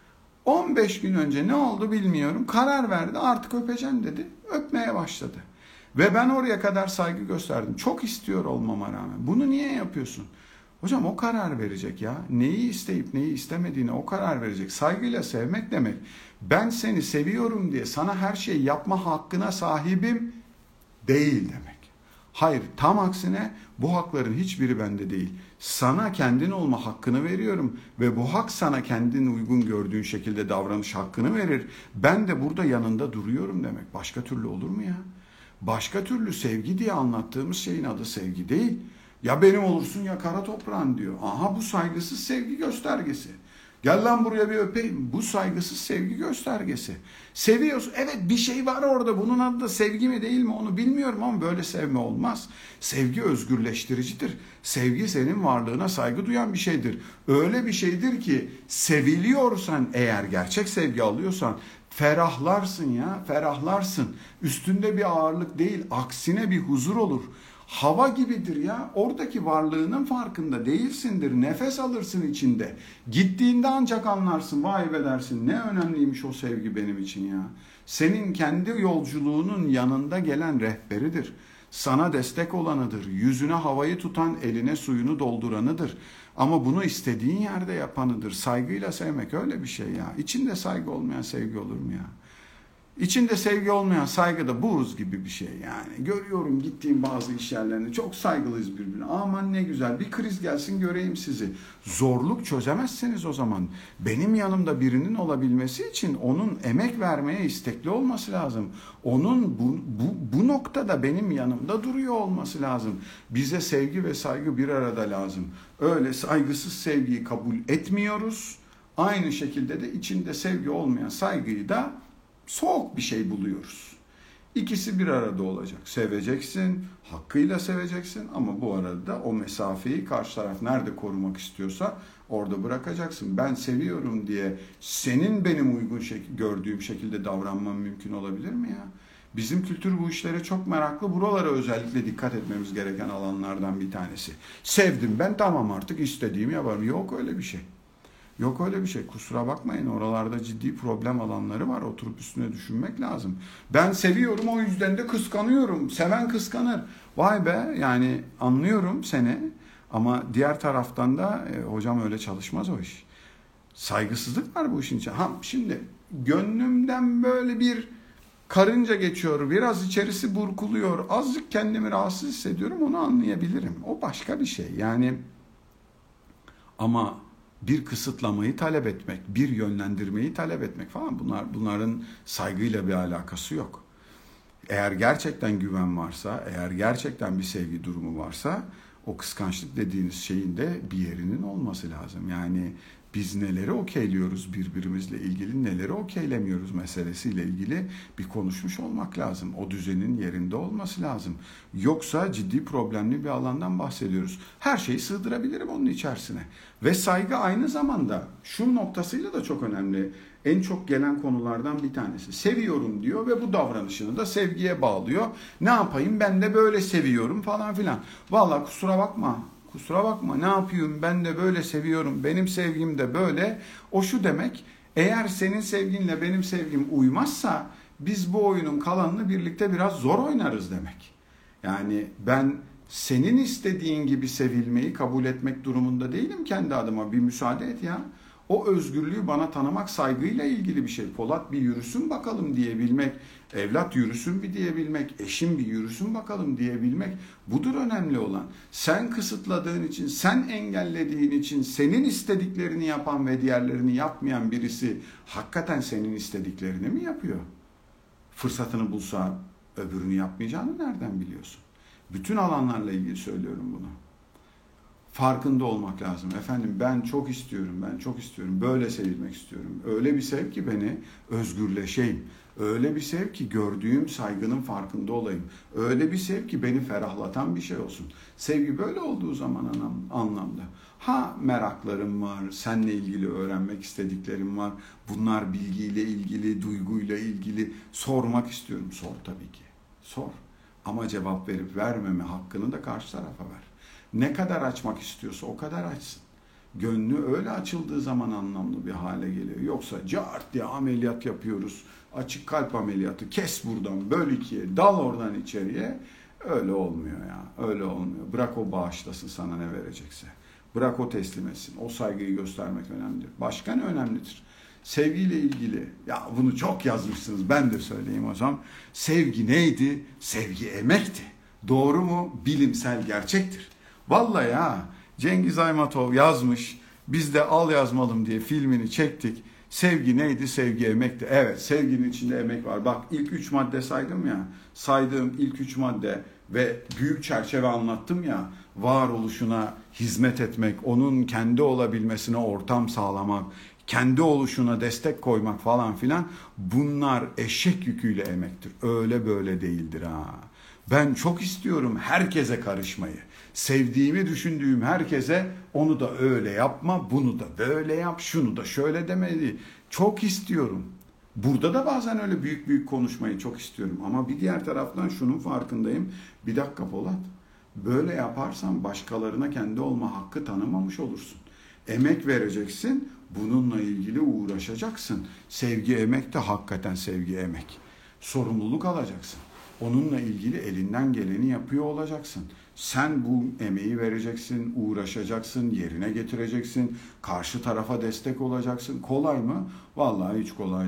Speaker 1: 15 gün önce ne oldu bilmiyorum. Karar verdi, artık öpeceğim dedi. Öpmeye başladı. Ve ben oraya kadar saygı gösterdim. Çok istiyor olmama rağmen. Bunu niye yapıyorsun? Hocam o karar verecek ya. Neyi isteyip neyi istemediğine o karar verecek. Saygıyla sevmek demek, ben seni seviyorum diye sana her şeyi yapma hakkına sahibim değil demek. Hayır, tam aksine bu hakların hiçbiri bende değil. Sana kendin olma hakkını veriyorum ve bu hak sana kendin uygun gördüğün şekilde davranış hakkını verir. Ben de burada yanında duruyorum demek. Başka türlü olur mu ya? Başka türlü sevgi diye anlattığımız şeyin adı sevgi değil. Ya benim olursun ya kara toprağın diyor. Aha, bu saygısız sevgi göstergesi. Gel lan buraya bir öpeyim. Bu saygısız sevgi göstergesi. Seviyorsun. Evet, bir şey var orada. Bunun adı da sevgi mi değil mi onu bilmiyorum ama böyle sevme olmaz. Sevgi özgürleştiricidir. Sevgi senin varlığına saygı duyan bir şeydir. Öyle bir şeydir ki seviliyorsan, eğer gerçek sevgi alıyorsan ferahlarsın ya, ferahlarsın. Üstünde bir ağırlık değil, aksine bir huzur olur. Hava gibidir ya. Oradaki varlığının farkında değilsindir. Nefes alırsın içinde. Gittiğinde ancak anlarsın. Vay be dersin. Ne önemliymiş o sevgi benim için ya. Senin kendi yolculuğunun yanında gelen rehberidir. Sana destek olanıdır. Yüzüne havayı tutan, eline suyunu dolduranıdır. Ama bunu istediğin yerde yapanıdır. Saygıyla sevmek öyle bir şey ya. İçinde saygı olmayan sevgi olur mu ya? İçinde sevgi olmayan saygı da buz gibi bir şey yani. Görüyorum gittiğim bazı iş yerlerinde çok saygılıyız birbirine. Aman ne güzel, bir kriz gelsin göreyim sizi. Zorluk çözemezseniz o zaman benim yanımda birinin olabilmesi için onun emek vermeye istekli olması lazım. Onun bu noktada benim yanımda duruyor olması lazım. Bize sevgi ve saygı bir arada lazım. Öyle saygısız sevgiyi kabul etmiyoruz. Aynı şekilde de içinde sevgi olmayan saygıyı da soğuk bir şey buluyoruz. İkisi bir arada olacak. Seveceksin, hakkıyla seveceksin ama bu arada o mesafeyi karşı taraf nerede korumak istiyorsa orada bırakacaksın. Ben seviyorum diye senin benim uygun gördüğüm şekilde davranmam mümkün olabilir mi ya? Bizim kültür bu işlere çok meraklı. Buralara özellikle dikkat etmemiz gereken alanlardan bir tanesi. Sevdim ben, tamam artık istediğimi yaparım. Yok öyle bir şey. Yok öyle bir şey. Kusura bakmayın, oralarda ciddi problem alanları var. Oturup üstüne düşünmek lazım. Ben seviyorum, o yüzden de kıskanıyorum. Seven kıskanır. Vay be, yani anlıyorum seni. Ama diğer taraftan da hocam öyle çalışmaz o iş. Saygısızlık var bu işin içinde. Şimdi gönlümden böyle bir karınca geçiyor. Biraz içerisi burkuluyor. Azıcık kendimi rahatsız hissediyorum. Onu anlayabilirim. O başka bir şey. Yani ama bir kısıtlamayı talep etmek, bir yönlendirmeyi talep etmek falan, bunların saygıyla bir alakası yok. Eğer gerçekten güven varsa, eğer gerçekten bir sevgi durumu varsa o kıskançlık dediğiniz şeyin de bir yerinin olması lazım. Yani biz neleri okeyliyoruz birbirimizle ilgili, neleri okeylemiyoruz meselesiyle ilgili bir konuşmuş olmak lazım. O düzenin yerinde olması lazım. Yoksa ciddi problemli bir alandan bahsediyoruz. Her şeyi sığdırabilirim onun içerisine. Ve saygı aynı zamanda şu noktasıyla da çok önemli. En çok gelen konulardan bir tanesi. Seviyorum diyor ve bu davranışını da sevgiye bağlıyor. Ne yapayım, ben de böyle seviyorum falan filan. Vallahi kusura bakma. Kusura bakma, ne yapayım, ben de böyle seviyorum, benim sevgim de böyle. O şu demek, eğer senin sevginle benim sevgim uymazsa biz bu oyunun kalanını birlikte biraz zor oynarız demek. Yani ben senin istediğin gibi sevilmeyi kabul etmek durumunda değilim kendi adıma. Bir müsaade et ya. O özgürlüğü bana tanımak saygıyla ilgili bir şey. Polat bir yürüsün bakalım diyebilmek, evlat yürüsün bir diyebilmek, eşim bir yürüsün bakalım diyebilmek, budur önemli olan. Sen kısıtladığın için, sen engellediğin için senin istediklerini yapan ve diğerlerini yapmayan birisi hakikaten senin istediklerini mi yapıyor? Fırsatını bulsa öbürünü yapmayacağını nereden biliyorsun? Bütün alanlarla ilgili söylüyorum bunu. Farkında olmak lazım. Efendim ben çok istiyorum, ben çok istiyorum. Böyle sevilmek istiyorum. Öyle bir sev ki beni özgürleşeyim. Öyle bir sev ki gördüğüm saygının farkında olayım. Öyle bir sev ki beni ferahlatan bir şey olsun. Sevgi böyle olduğu zaman anlamda. Meraklarım var, seninle ilgili öğrenmek istediklerim var. Bunlar bilgiyle ilgili, duyguyla ilgili. Sormak istiyorum. Sor tabii ki. Sor. Ama cevap verip vermeme hakkını da karşı tarafa ver. Ne kadar açmak istiyorsa o kadar açsın. Gönlü öyle açıldığı zaman anlamlı bir hale geliyor. Yoksa cart diye ameliyat yapıyoruz. Açık kalp ameliyatı. Kes buradan, böl ikiye, dal oradan içeriye. Öyle olmuyor ya. Öyle olmuyor. Bırak o bağışlasın sana ne verecekse. Bırak o teslim etsin. O saygıyı göstermek önemlidir. Başka ne önemlidir? Sevgiyle ilgili, ya bunu çok yazmışsınız, ben de söyleyeyim o zaman. Sevgi neydi? Sevgi emekti. Doğru mu? Bilimsel gerçektir. Vallahi ya, Cengiz Aymatov yazmış, biz de al yazmalım diye filmini çektik. Sevgi neydi? Sevgi emekti. Evet, sevginin içinde emek var. Bak ilk 3 madde saydım ya, saydığım ilk 3 madde ve büyük çerçeve anlattım ya, varoluşuna hizmet etmek, onun kendi olabilmesine ortam sağlamak, kendi oluşuna destek koymak falan filan, bunlar eşek yüküyle emektir. Öyle böyle değildir ha. Ben çok istiyorum herkese karışmayı. Sevdiğimi düşündüğüm herkese onu da öyle yapma, bunu da böyle yap, şunu da şöyle demeli. Çok istiyorum. Burada da bazen öyle büyük büyük konuşmayı çok istiyorum. Ama bir diğer taraftan şunun farkındayım. Bir dakika Polat, böyle yaparsan başkalarına kendi olma hakkı tanımamış olursun. Emek vereceksin, bununla ilgili uğraşacaksın. Sevgi emek de hakikaten sevgi emek. Sorumluluk alacaksın. Onunla ilgili elinden geleni yapıyor olacaksın. Sen bu emeği vereceksin, uğraşacaksın, yerine getireceksin, karşı tarafa destek olacaksın. Kolay mı? Vallahi hiç kolay değil.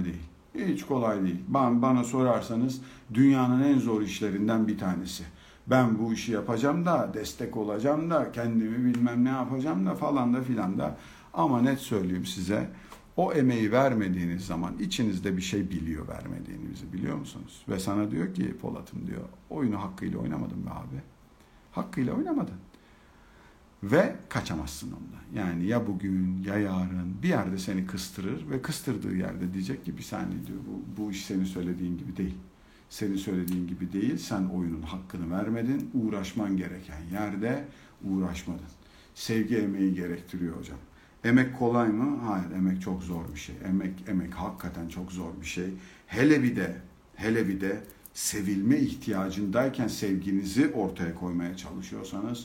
Speaker 1: Hiç kolay değil. Bana sorarsanız dünyanın en zor işlerinden bir tanesi. Ben bu işi yapacağım da, destek olacağım da, kendimi bilmem ne yapacağım da falan da filan da. Ama net söyleyeyim size, o emeği vermediğiniz zaman içinizde bir şey biliyor vermediğinizi, biliyor musunuz? Ve sana diyor ki Polat'ım diyor, oyunu hakkıyla oynamadın be abi. Hakkıyla oynamadın. Ve kaçamazsın ondan. Yani ya bugün ya yarın bir yerde seni kıstırır ve kıstırdığı yerde diyecek ki bir saniye diyor, bu iş senin söylediğin gibi değil. Senin söylediğin gibi değil. Sen oyunun hakkını vermedin. Uğraşman gereken yerde uğraşmadın. Sevgi emeği gerektiriyor hocam. Emek kolay mı? Hayır, emek çok zor bir şey. Emek hakikaten çok zor bir şey. Hele bir de sevilme ihtiyacındayken sevginizi ortaya koymaya çalışıyorsanız,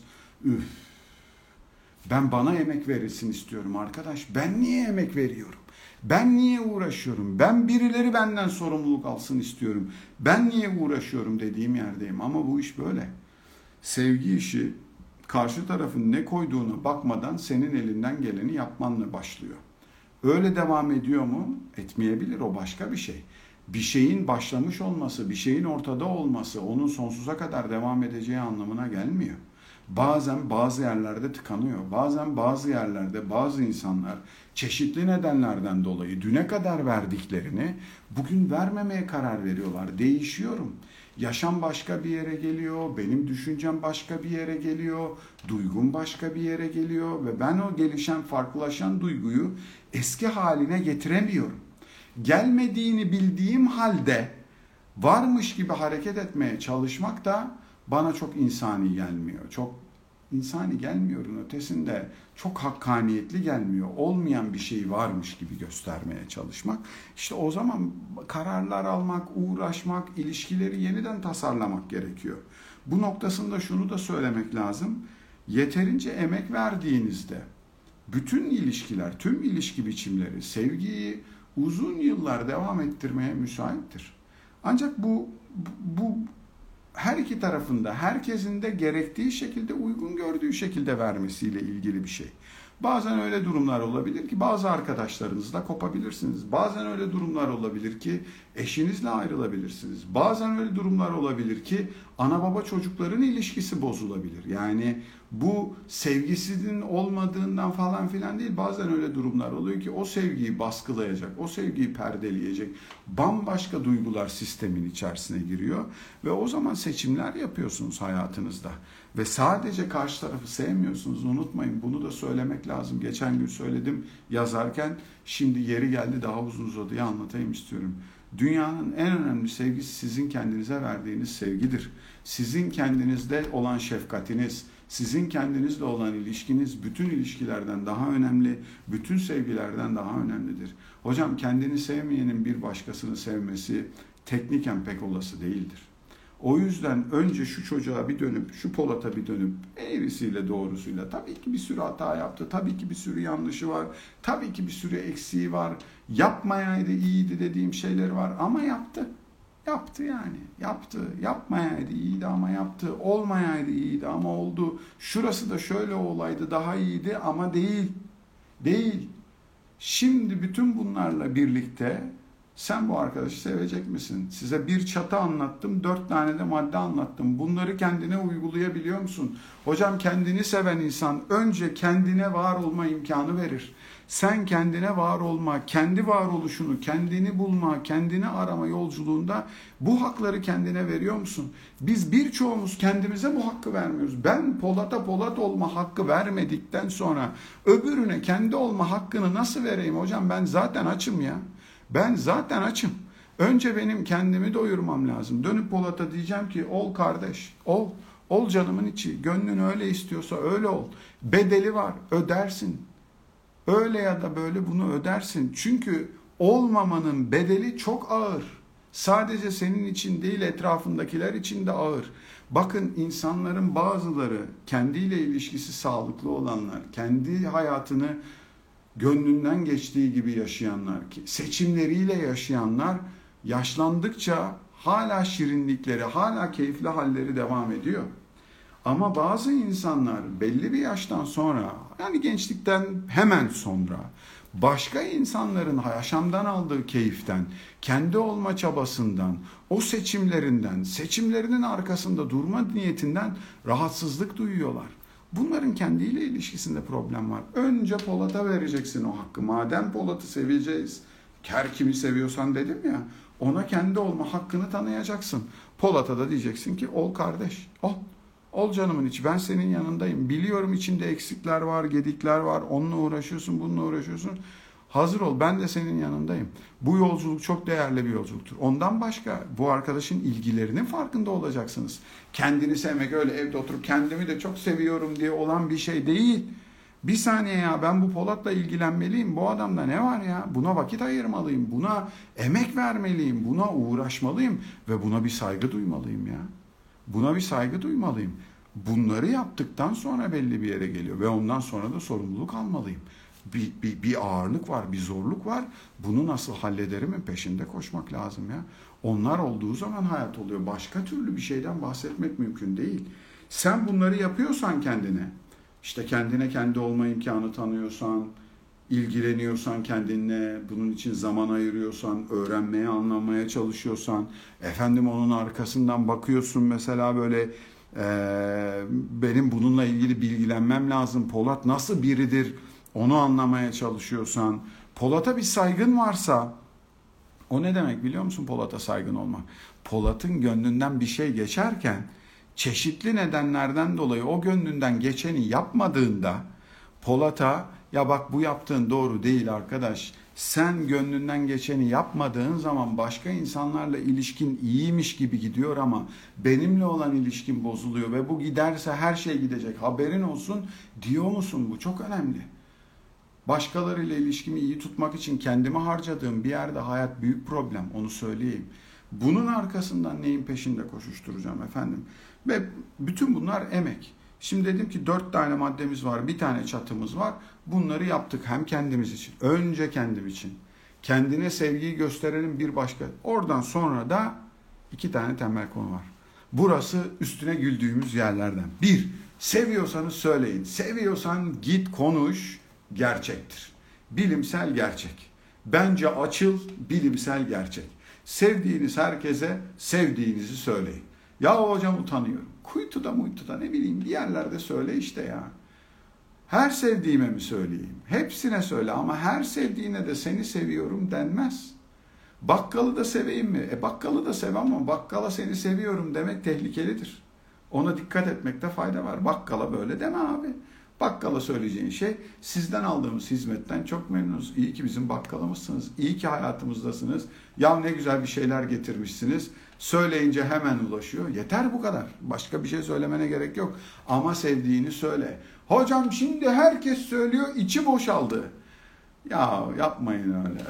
Speaker 1: ben bana emek verilsin istiyorum arkadaş. Ben niye emek veriyorum? Ben niye uğraşıyorum? Ben birileri benden sorumluluk alsın istiyorum. Ben niye uğraşıyorum dediğim yerdeyim. Ama bu iş böyle. Sevgi işi karşı tarafın ne koyduğuna bakmadan senin elinden geleni yapmanla başlıyor. Öyle devam ediyor mu? Etmeyebilir, o başka bir şey. Bir şeyin başlamış olması, bir şeyin ortada olması onun sonsuza kadar devam edeceği anlamına gelmiyor. Bazen bazı yerlerde tıkanıyor. Bazen bazı yerlerde bazı insanlar çeşitli nedenlerden dolayı düne kadar verdiklerini bugün vermemeye karar veriyorlar. Değişiyorum. Yaşam başka bir yere geliyor, benim düşüncem başka bir yere geliyor, duygum başka bir yere geliyor ve ben o gelişen, farklılaşan duyguyu eski haline getiremiyorum. Gelmediğini bildiğim halde varmış gibi hareket etmeye çalışmak da bana çok insani gelmiyor. Çok insani gelmiyorun ötesinde çok hakkaniyetli gelmiyor. Olmayan bir şey varmış gibi göstermeye çalışmak. İşte o zaman kararlar almak, uğraşmak, ilişkileri yeniden tasarlamak gerekiyor. Bu noktasında şunu da söylemek lazım. Yeterince emek verdiğinizde bütün ilişkiler, tüm ilişki biçimleri sevgiyi uzun yıllar devam ettirmeye müsaittir. Ancak bu her iki tarafında, herkesin de gerektiği şekilde, uygun gördüğü şekilde vermesiyle ilgili bir şey. Bazen öyle durumlar olabilir ki bazı arkadaşlarınızla kopabilirsiniz. Bazen öyle durumlar olabilir ki eşinizle ayrılabilirsiniz. Bazen öyle durumlar olabilir ki ana baba çocukların ilişkisi bozulabilir. Yani bu sevgisinin olmadığından falan filan değil. Bazen öyle durumlar oluyor ki o sevgiyi baskılayacak, o sevgiyi perdeleyecek bambaşka duygular sistemin içerisine giriyor. Ve o zaman seçimler yapıyorsunuz hayatınızda. Ve sadece karşı tarafı sevmiyorsunuz. Unutmayın, bunu da söylemek lazım. Geçen gün söyledim yazarken, şimdi yeri geldi daha uzun uzadıya anlatayım istiyorum. Dünyanın en önemli sevgisi sizin kendinize verdiğiniz sevgidir. Sizin kendinizde olan şefkatiniz, sizin kendinizle olan ilişkiniz bütün ilişkilerden daha önemli, bütün sevgilerden daha önemlidir. Hocam, kendini sevmeyenin bir başkasını sevmesi tekniken pek olası değildir. O yüzden önce şu çocuğa bir dönüp, şu Polat'a bir dönüp eğrisiyle doğrusuyla, tabii ki bir sürü hata yaptı, tabii ki bir sürü yanlışı var, tabii ki bir sürü eksiği var, yapmayaydı iyiydi dediğim şeyler var ama yaptı. Yaptı yani, yaptı. Yapmayaydı iyiydi ama yaptı. Olmayaydı iyiydi ama oldu. Şurası da şöyle olaydı daha iyiydi ama değil. Değil. Şimdi bütün bunlarla birlikte sen bu arkadaşı sevecek misin? Size bir çatı anlattım, 4 tane de madde anlattım. Bunları kendine uygulayabiliyor musun? Hocam, kendini seven insan önce kendine var olma imkanı verir. Sen kendine var olma, kendi varoluşunu, kendini bulma, kendini arama yolculuğunda bu hakları kendine veriyor musun? Biz birçoğumuz kendimize bu hakkı vermiyoruz. Ben Polat'a Polat olma hakkı vermedikten sonra öbürüne kendi olma hakkını nasıl vereyim hocam? Ben zaten açım ya. Ben zaten açım. Önce benim kendimi doyurmam lazım. Dönüp Polat'a diyeceğim ki ol kardeş, ol. Ol canımın içi. Gönlün öyle istiyorsa öyle ol. Bedeli var, ödersin. Öyle ya da böyle bunu ödersin. Çünkü olmamanın bedeli çok ağır. Sadece senin için değil, etrafındakiler için de ağır. Bakın, insanların bazıları, kendiyle ilişkisi sağlıklı olanlar, kendi hayatını gönlünden geçtiği gibi yaşayanlar, seçimleriyle yaşayanlar yaşlandıkça hala şirinlikleri, hala keyifli halleri devam ediyor. Ama bazı insanlar belli bir yaştan sonra, yani gençlikten hemen sonra başka insanların yaşamdan aldığı keyiften, kendi olma çabasından, o seçimlerinden, seçimlerinin arkasında durma niyetinden rahatsızlık duyuyorlar. Bunların kendiyle ilişkisinde problem var. Önce Polat'a vereceksin o hakkı. Madem Polat'ı seveceğiz, her kimi seviyorsan dedim ya, ona kendi olma hakkını tanıyacaksın. Polat'a da diyeceksin ki ol kardeş, ol. Ol canımın içi, ben senin yanındayım. Biliyorum içinde eksikler var, gedikler var. Onunla uğraşıyorsun, bununla uğraşıyorsun. Hazır ol, ben de senin yanındayım. Bu yolculuk çok değerli bir yolculuktur. Ondan başka bu arkadaşın ilgilerinin farkında olacaksınız. Kendini sevmek öyle evde oturup kendimi de çok seviyorum diye olan bir şey değil. Bir saniye ya, ben bu Polat'la ilgilenmeliyim. Bu adamda ne var ya? Buna vakit ayırmalıyım. Buna emek vermeliyim. Buna uğraşmalıyım. Ve buna bir saygı duymalıyım ya. Buna bir saygı duymalıyım. Bunları yaptıktan sonra belli bir yere geliyor. Ve ondan sonra da sorumluluk almalıyım. Bir ağırlık var, bir zorluk var. Bunu nasıl hallederimin peşinde koşmak lazım ya. Onlar olduğu zaman hayat oluyor. Başka türlü bir şeyden bahsetmek mümkün değil. Sen bunları yapıyorsan kendine, işte kendine kendi olma imkanı tanıyorsan, ilgileniyorsan kendinle, bunun için zaman ayırıyorsan, öğrenmeye, anlamaya çalışıyorsan, efendim onun arkasından bakıyorsun mesela böyle benim bununla ilgili bilgilenmem lazım. Polat nasıl biridir? Onu anlamaya çalışıyorsan, Polat'a bir saygın varsa, o ne demek biliyor musun Polat'a saygın olmak? Polat'ın gönlünden bir şey geçerken, çeşitli nedenlerden dolayı o gönlünden geçeni yapmadığında, Polat'a ya bak bu yaptığın doğru değil arkadaş, sen gönlünden geçeni yapmadığın zaman başka insanlarla ilişkin iyiymiş gibi gidiyor ama benimle olan ilişkin bozuluyor ve bu giderse her şey gidecek, haberin olsun diyor musun? Bu çok önemli. Başkalarıyla ilişkimi iyi tutmak için kendimi harcadığım bir yerde hayat büyük problem, onu söyleyeyim. Bunun arkasından neyin peşinde koşuşturacağım efendim? Ve bütün bunlar emek. Şimdi dedim ki 4 tane maddemiz var, bir tane çatımız var. Bunları yaptık hem kendimiz için, önce kendim için. Kendine sevgiyi gösterelim bir başka. Oradan sonra da 2 tane temel konu var. Burası üstüne güldüğümüz yerlerden. 1. Seviyorsanız söyleyin. Seviyorsan git konuş. Gerçektir. Bilimsel gerçek. Bence açıl, bilimsel gerçek. Sevdiğiniz herkese sevdiğinizi söyleyin. Ya hocam utanıyorum. Kuytuda ne bileyim bir yerlerde söyle işte ya. Her sevdiğime mi söyleyeyim? Hepsine söyle ama her sevdiğine de seni seviyorum denmez. Bakkalı da seveyim mi? Bakkalı da sev ama bakkala seni seviyorum demek tehlikelidir. Ona dikkat etmekte fayda var. Bakkala böyle deme abi. Bakkala söyleyeceğin şey sizden aldığımız hizmetten çok memnunuz. İyi ki bizim bakkalımızsınız. İyi ki hayatımızdasınız. Ya ne güzel bir şeyler getirmişsiniz. Söyleyince hemen ulaşıyor. Yeter bu kadar. Başka bir şey söylemene gerek yok. Ama sevdiğini söyle. Hocam şimdi herkes söylüyor, içi boşaldı. Ya yapmayın öyle.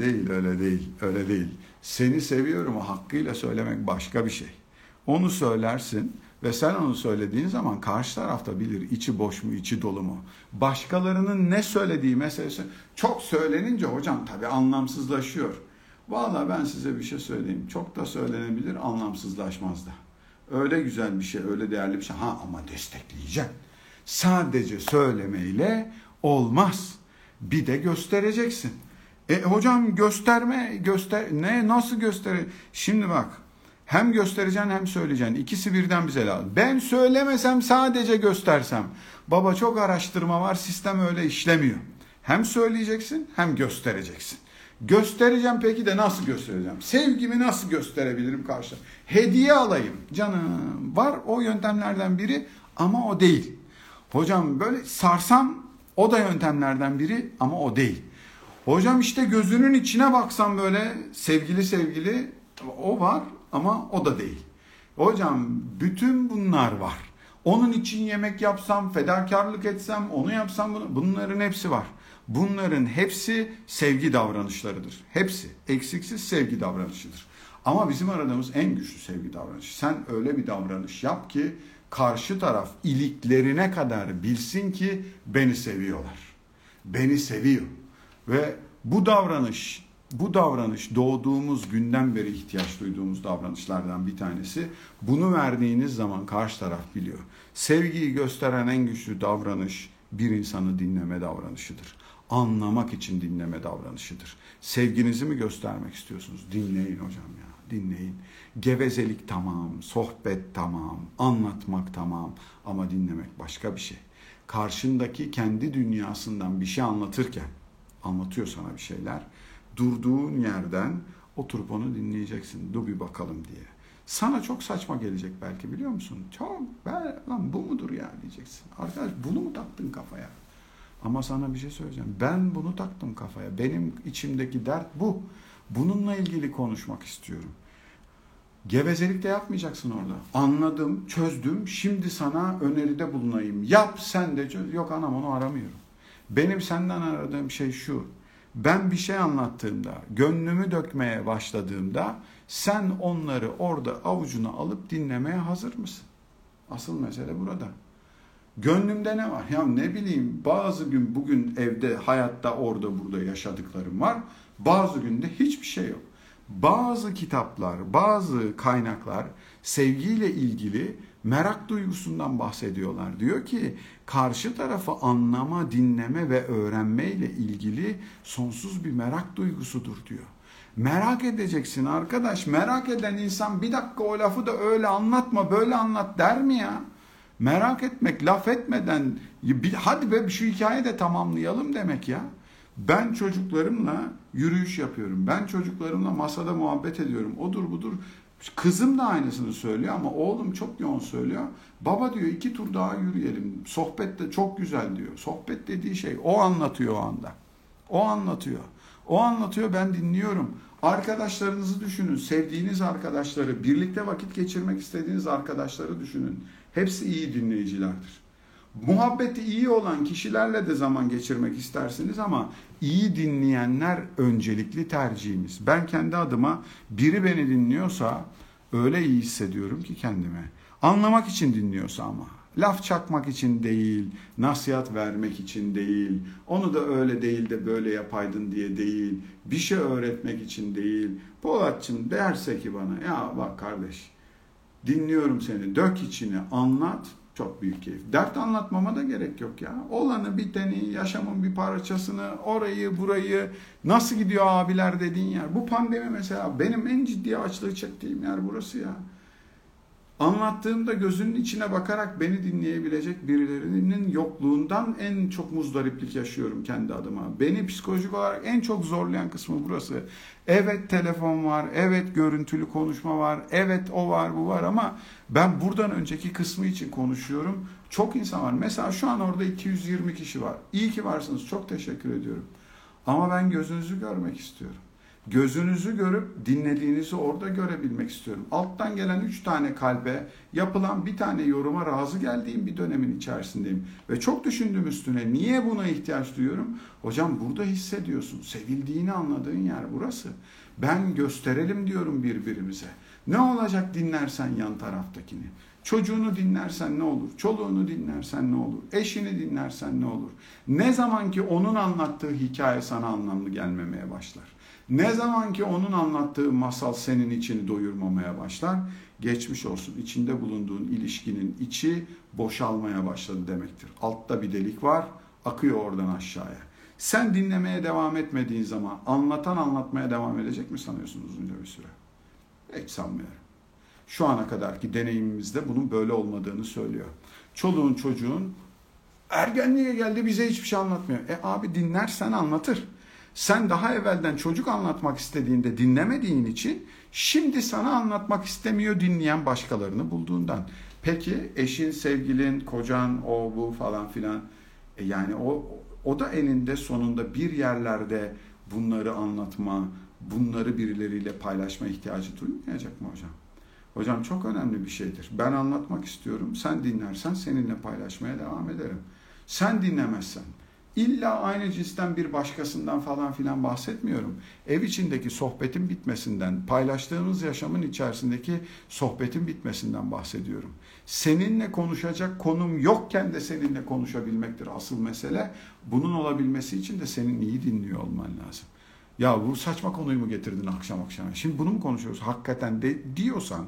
Speaker 1: Öyle değil. Seni seviyorum hakkıyla söylemek başka bir şey. Onu söylersin. Ve sen onu söylediğin zaman karşı tarafta bilir içi boş mu, içi dolu mu. Başkalarının ne söylediği meselesi çok söylenince hocam tabii anlamsızlaşıyor. Vallahi ben size bir şey söyleyeyim. Çok da söylenebilir, anlamsızlaşmaz da. Öyle güzel bir şey, öyle değerli bir şey. Ama destekleyeceksin. Sadece söylemeyle olmaz. Bir de göstereceksin. Hocam nasıl göster? Şimdi bak. Hem göstereceksin hem söyleyeceksin. İkisi birden bize lazım. Ben söylemesem sadece göstersem. Baba çok araştırma var, sistem öyle işlemiyor. Hem söyleyeceksin hem göstereceksin. Göstereceğim peki de nasıl göstereceğim? Sevgimi nasıl gösterebilirim karşı? Hediye alayım. Canım var o yöntemlerden biri ama o değil. Hocam böyle sarsam o da yöntemlerden biri ama o değil. Hocam işte gözünün içine baksam böyle sevgili o var. Ama o da değil. Hocam bütün bunlar var. Onun için yemek yapsam, fedakarlık etsem, onu yapsam, bunların hepsi var. Bunların hepsi sevgi davranışlarıdır. Hepsi eksiksiz sevgi davranışıdır. Ama bizim aradığımız en güçlü sevgi davranışı. Sen öyle bir davranış yap ki karşı taraf iliklerine kadar bilsin ki beni seviyorlar. Beni seviyor. Ve bu davranış doğduğumuz günden beri ihtiyaç duyduğumuz davranışlardan bir tanesi. Bunu verdiğiniz zaman karşı taraf biliyor. Sevgiyi gösteren en güçlü davranış bir insanı dinleme davranışıdır. Anlamak için dinleme davranışıdır. Sevginizi mi göstermek istiyorsunuz? Dinleyin hocam ya, dinleyin. Gevezelik tamam, sohbet tamam, anlatmak tamam ama dinlemek başka bir şey. Karşındaki kendi dünyasından bir şey anlatıyor sana bir şeyler. Durduğun yerden oturup onu dinleyeceksin. Dur bir bakalım diye. Sana çok saçma gelecek belki, biliyor musun? Lan bu mudur ya diyeceksin. Arkadaş, bunu mu taktın kafaya? Ama sana bir şey söyleyeceğim. Ben bunu taktım kafaya. Benim içimdeki dert bu. Bununla ilgili konuşmak istiyorum. Gevezelik de yapmayacaksın orada. Anladım, çözdüm. Şimdi sana öneride bulunayım. Yap, sen de çöz. Yok anam, onu aramıyorum. Benim senden aradığım şey şu. Ben bir şey anlattığımda, gönlümü dökmeye başladığımda sen onları orada avucuna alıp dinlemeye hazır mısın? Asıl mesele burada. Gönlümde ne var? Ya ne bileyim, bazı gün bugün evde, hayatta, orada burada yaşadıklarım var. Bazı günde hiçbir şey yok. Bazı kitaplar, bazı kaynaklar sevgiyle ilgili merak duygusundan bahsediyorlar. Diyor ki karşı tarafı anlama, dinleme ve öğrenme ile ilgili sonsuz bir merak duygusudur diyor. Merak edeceksin arkadaş. Merak eden insan bir dakika o lafı da öyle anlatma, böyle anlat der mi ya? Merak etmek, laf etmeden hadi be şu hikayeyi de tamamlayalım demek ya. Ben çocuklarımla yürüyüş yapıyorum. Ben çocuklarımla masada muhabbet ediyorum. Odur budur. Kızım da aynısını söylüyor ama oğlum çok yoğun söylüyor. Baba diyor 2 tur daha yürüyelim. Sohbet de çok güzel diyor. Sohbet dediği şey o anlatıyor o anda. O anlatıyor. O anlatıyor, ben dinliyorum. Arkadaşlarınızı düşünün. Sevdiğiniz arkadaşları, birlikte vakit geçirmek istediğiniz arkadaşları düşünün. Hepsi iyi dinleyicilerdir. Muhabbeti iyi olan kişilerle de zaman geçirmek istersiniz ama iyi dinleyenler öncelikli tercihimiz. Ben kendi adıma biri beni dinliyorsa öyle iyi hissediyorum ki kendime. Anlamak için dinliyorsa ama. Laf çakmak için değil, nasihat vermek için değil, onu da öyle değil de böyle yapaydın diye değil, bir şey öğretmek için değil. Polatcığım derse ki bana, ya bak kardeş, dinliyorum seni, dök içini, anlat, çok büyük keyif. Dert anlatmama da gerek yok ya. Olanı biteni, yaşamın bir parçasını, orayı burayı, nasıl gidiyor abiler dediğin yer. Bu pandemi mesela benim en ciddi açlığı çektiğim yer burası ya. Anlattığımda gözünün içine bakarak beni dinleyebilecek birilerinin yokluğundan en çok muzdariplik yaşıyorum kendi adıma. Beni psikolojik olarak en çok zorlayan kısmı burası. Evet telefon var, evet görüntülü konuşma var, evet o var bu var ama ben buradan önceki kısmı için konuşuyorum. Çok insan var. Mesela şu an orada 220 kişi var. İyi ki varsınız, çok teşekkür ediyorum. Ama ben gözünüzü görmek istiyorum. Gözünüzü görüp dinlediğinizi orada görebilmek istiyorum. Alttan gelen 3 tane kalbe, yapılan bir tane yoruma razı geldiğim bir dönemin içerisindeyim. Ve çok düşündüm üstüne. Niye buna ihtiyaç duyuyorum? Hocam burada hissediyorsun. Sevildiğini anladığın yer burası. Ben gösterelim diyorum birbirimize. Ne olacak dinlersen yan taraftakini? Çocuğunu dinlersen ne olur? Çoluğunu dinlersen ne olur? Eşini dinlersen ne olur? Ne zaman ki onun anlattığı hikaye sana anlamlı gelmemeye başlar. Ne zaman ki onun anlattığı masal senin içini doyurmamaya başlar, geçmiş olsun. İçinde bulunduğun ilişkinin içi boşalmaya başladı demektir. Altta bir delik var, akıyor oradan aşağıya. Sen dinlemeye devam etmediğin zaman anlatan anlatmaya devam edecek mi sanıyorsun uzunca bir süre? Hiç sanmıyorum. Şu ana kadarki deneyimimizde bunun böyle olmadığını söylüyor. Çoluğun çocuğun ergenliğe geldi, bize hiçbir şey anlatmıyor. Abi dinlersen anlatır. Sen daha evvelden çocuk anlatmak istediğinde dinlemediğin için şimdi sana anlatmak istemiyor dinleyen başkalarını bulduğundan. Peki eşin, sevgilin, kocan, o bu falan filan yani o da eninde sonunda bir yerlerde bunları anlatma, bunları birileriyle paylaşma ihtiyacı duymayacak mı hocam? Hocam çok önemli bir şeydir. Ben anlatmak istiyorum. Sen dinlersen seninle paylaşmaya devam ederim. Sen dinlemezsen İlla aynı cinsten bir başkasından falan filan bahsetmiyorum. Ev içindeki sohbetin bitmesinden, paylaştığımız yaşamın içerisindeki sohbetin bitmesinden bahsediyorum. Seninle konuşacak konum yokken de seninle konuşabilmektir asıl mesele. Bunun olabilmesi için de senin iyi dinliyor olman lazım. Ya bu saçma konuyu mu getirdin akşam akşam? Şimdi bunu mu konuşuyoruz? Hakikaten de diyorsan,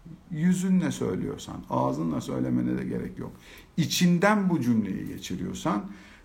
Speaker 1: yüzünle söylüyorsan, ağzınla söylemene de gerek yok. İçinden bu cümleyi geçiriyorsan,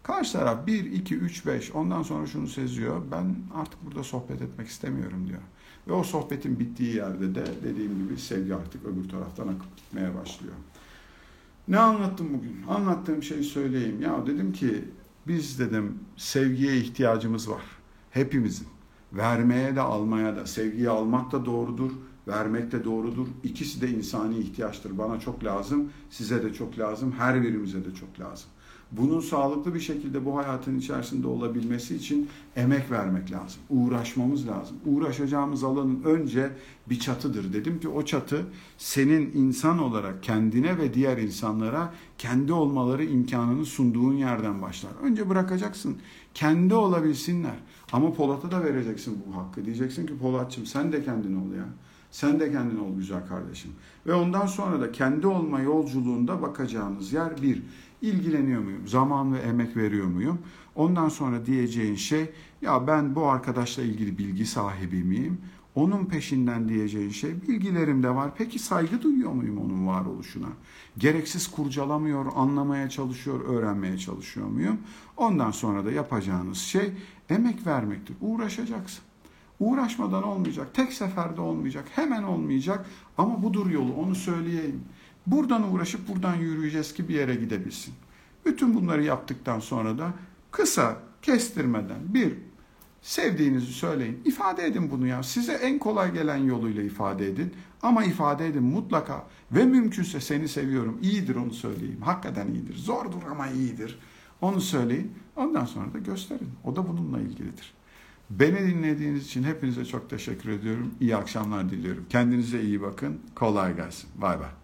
Speaker 1: Karşı taraf 1, 2, 3, 5 ondan sonra şunu seziyor. Ben artık burada sohbet etmek istemiyorum diyor. Ve o sohbetin bittiği yerde de dediğim gibi sevgi artık öbür taraftan akıp gitmeye başlıyor. Ne anlattım bugün? Anlattığım şeyi söyleyeyim. Ya dedim ki biz dedim sevgiye ihtiyacımız var. Hepimizin. Vermeye de almaya da. Sevgiyi almak da doğrudur. Vermek de doğrudur. İkisi de insani ihtiyaçtır. Bana çok lazım. Size de çok lazım. Her birimize de çok lazım. Bunun sağlıklı bir şekilde bu hayatın içerisinde olabilmesi için emek vermek lazım. Uğraşmamız lazım. Uğraşacağımız alanın önce bir çatıdır. Dedim ki o çatı senin insan olarak kendine ve diğer insanlara kendi olmaları imkanını sunduğun yerden başlar. Önce bırakacaksın. Kendi olabilsinler. Ama Polat'a da vereceksin bu hakkı. Diyeceksin ki Polat'cığım sen de kendin ol ya. Sen de kendin ol güzel kardeşim. Ve ondan sonra da kendi olma yolculuğunda bakacağınız yer bir. İlgileniyor muyum? Zaman ve emek veriyor muyum? Ondan sonra diyeceğin şey ya ben bu arkadaşla ilgili bilgi sahibi miyim? Onun peşinden diyeceğin şey bilgilerim de var. Peki saygı duyuyor muyum onun varoluşuna? Gereksiz kurcalamıyor, anlamaya çalışıyor, öğrenmeye çalışıyor muyum? Ondan sonra da yapacağınız şey emek vermektir. Uğraşacaksın. Uğraşmadan olmayacak. Tek seferde olmayacak. Hemen olmayacak. Ama budur yolu. Onu söyleyeyim. Buradan uğraşıp buradan yürüyeceğiz ki bir yere gidebilsin. Bütün bunları yaptıktan sonra da kısa, kestirmeden bir sevdiğinizi söyleyin. İfade edin bunu ya. Size en kolay gelen yoluyla ifade edin. Ama ifade edin mutlaka. Ve mümkünse seni seviyorum. İyidir onu söyleyeyim. Hakikaten iyidir. Zordur ama iyidir. Onu söyleyin. Ondan sonra da gösterin. O da bununla ilgilidir. Beni dinlediğiniz için hepinize çok teşekkür ediyorum. İyi akşamlar diliyorum. Kendinize iyi bakın. Kolay gelsin. Bay bay.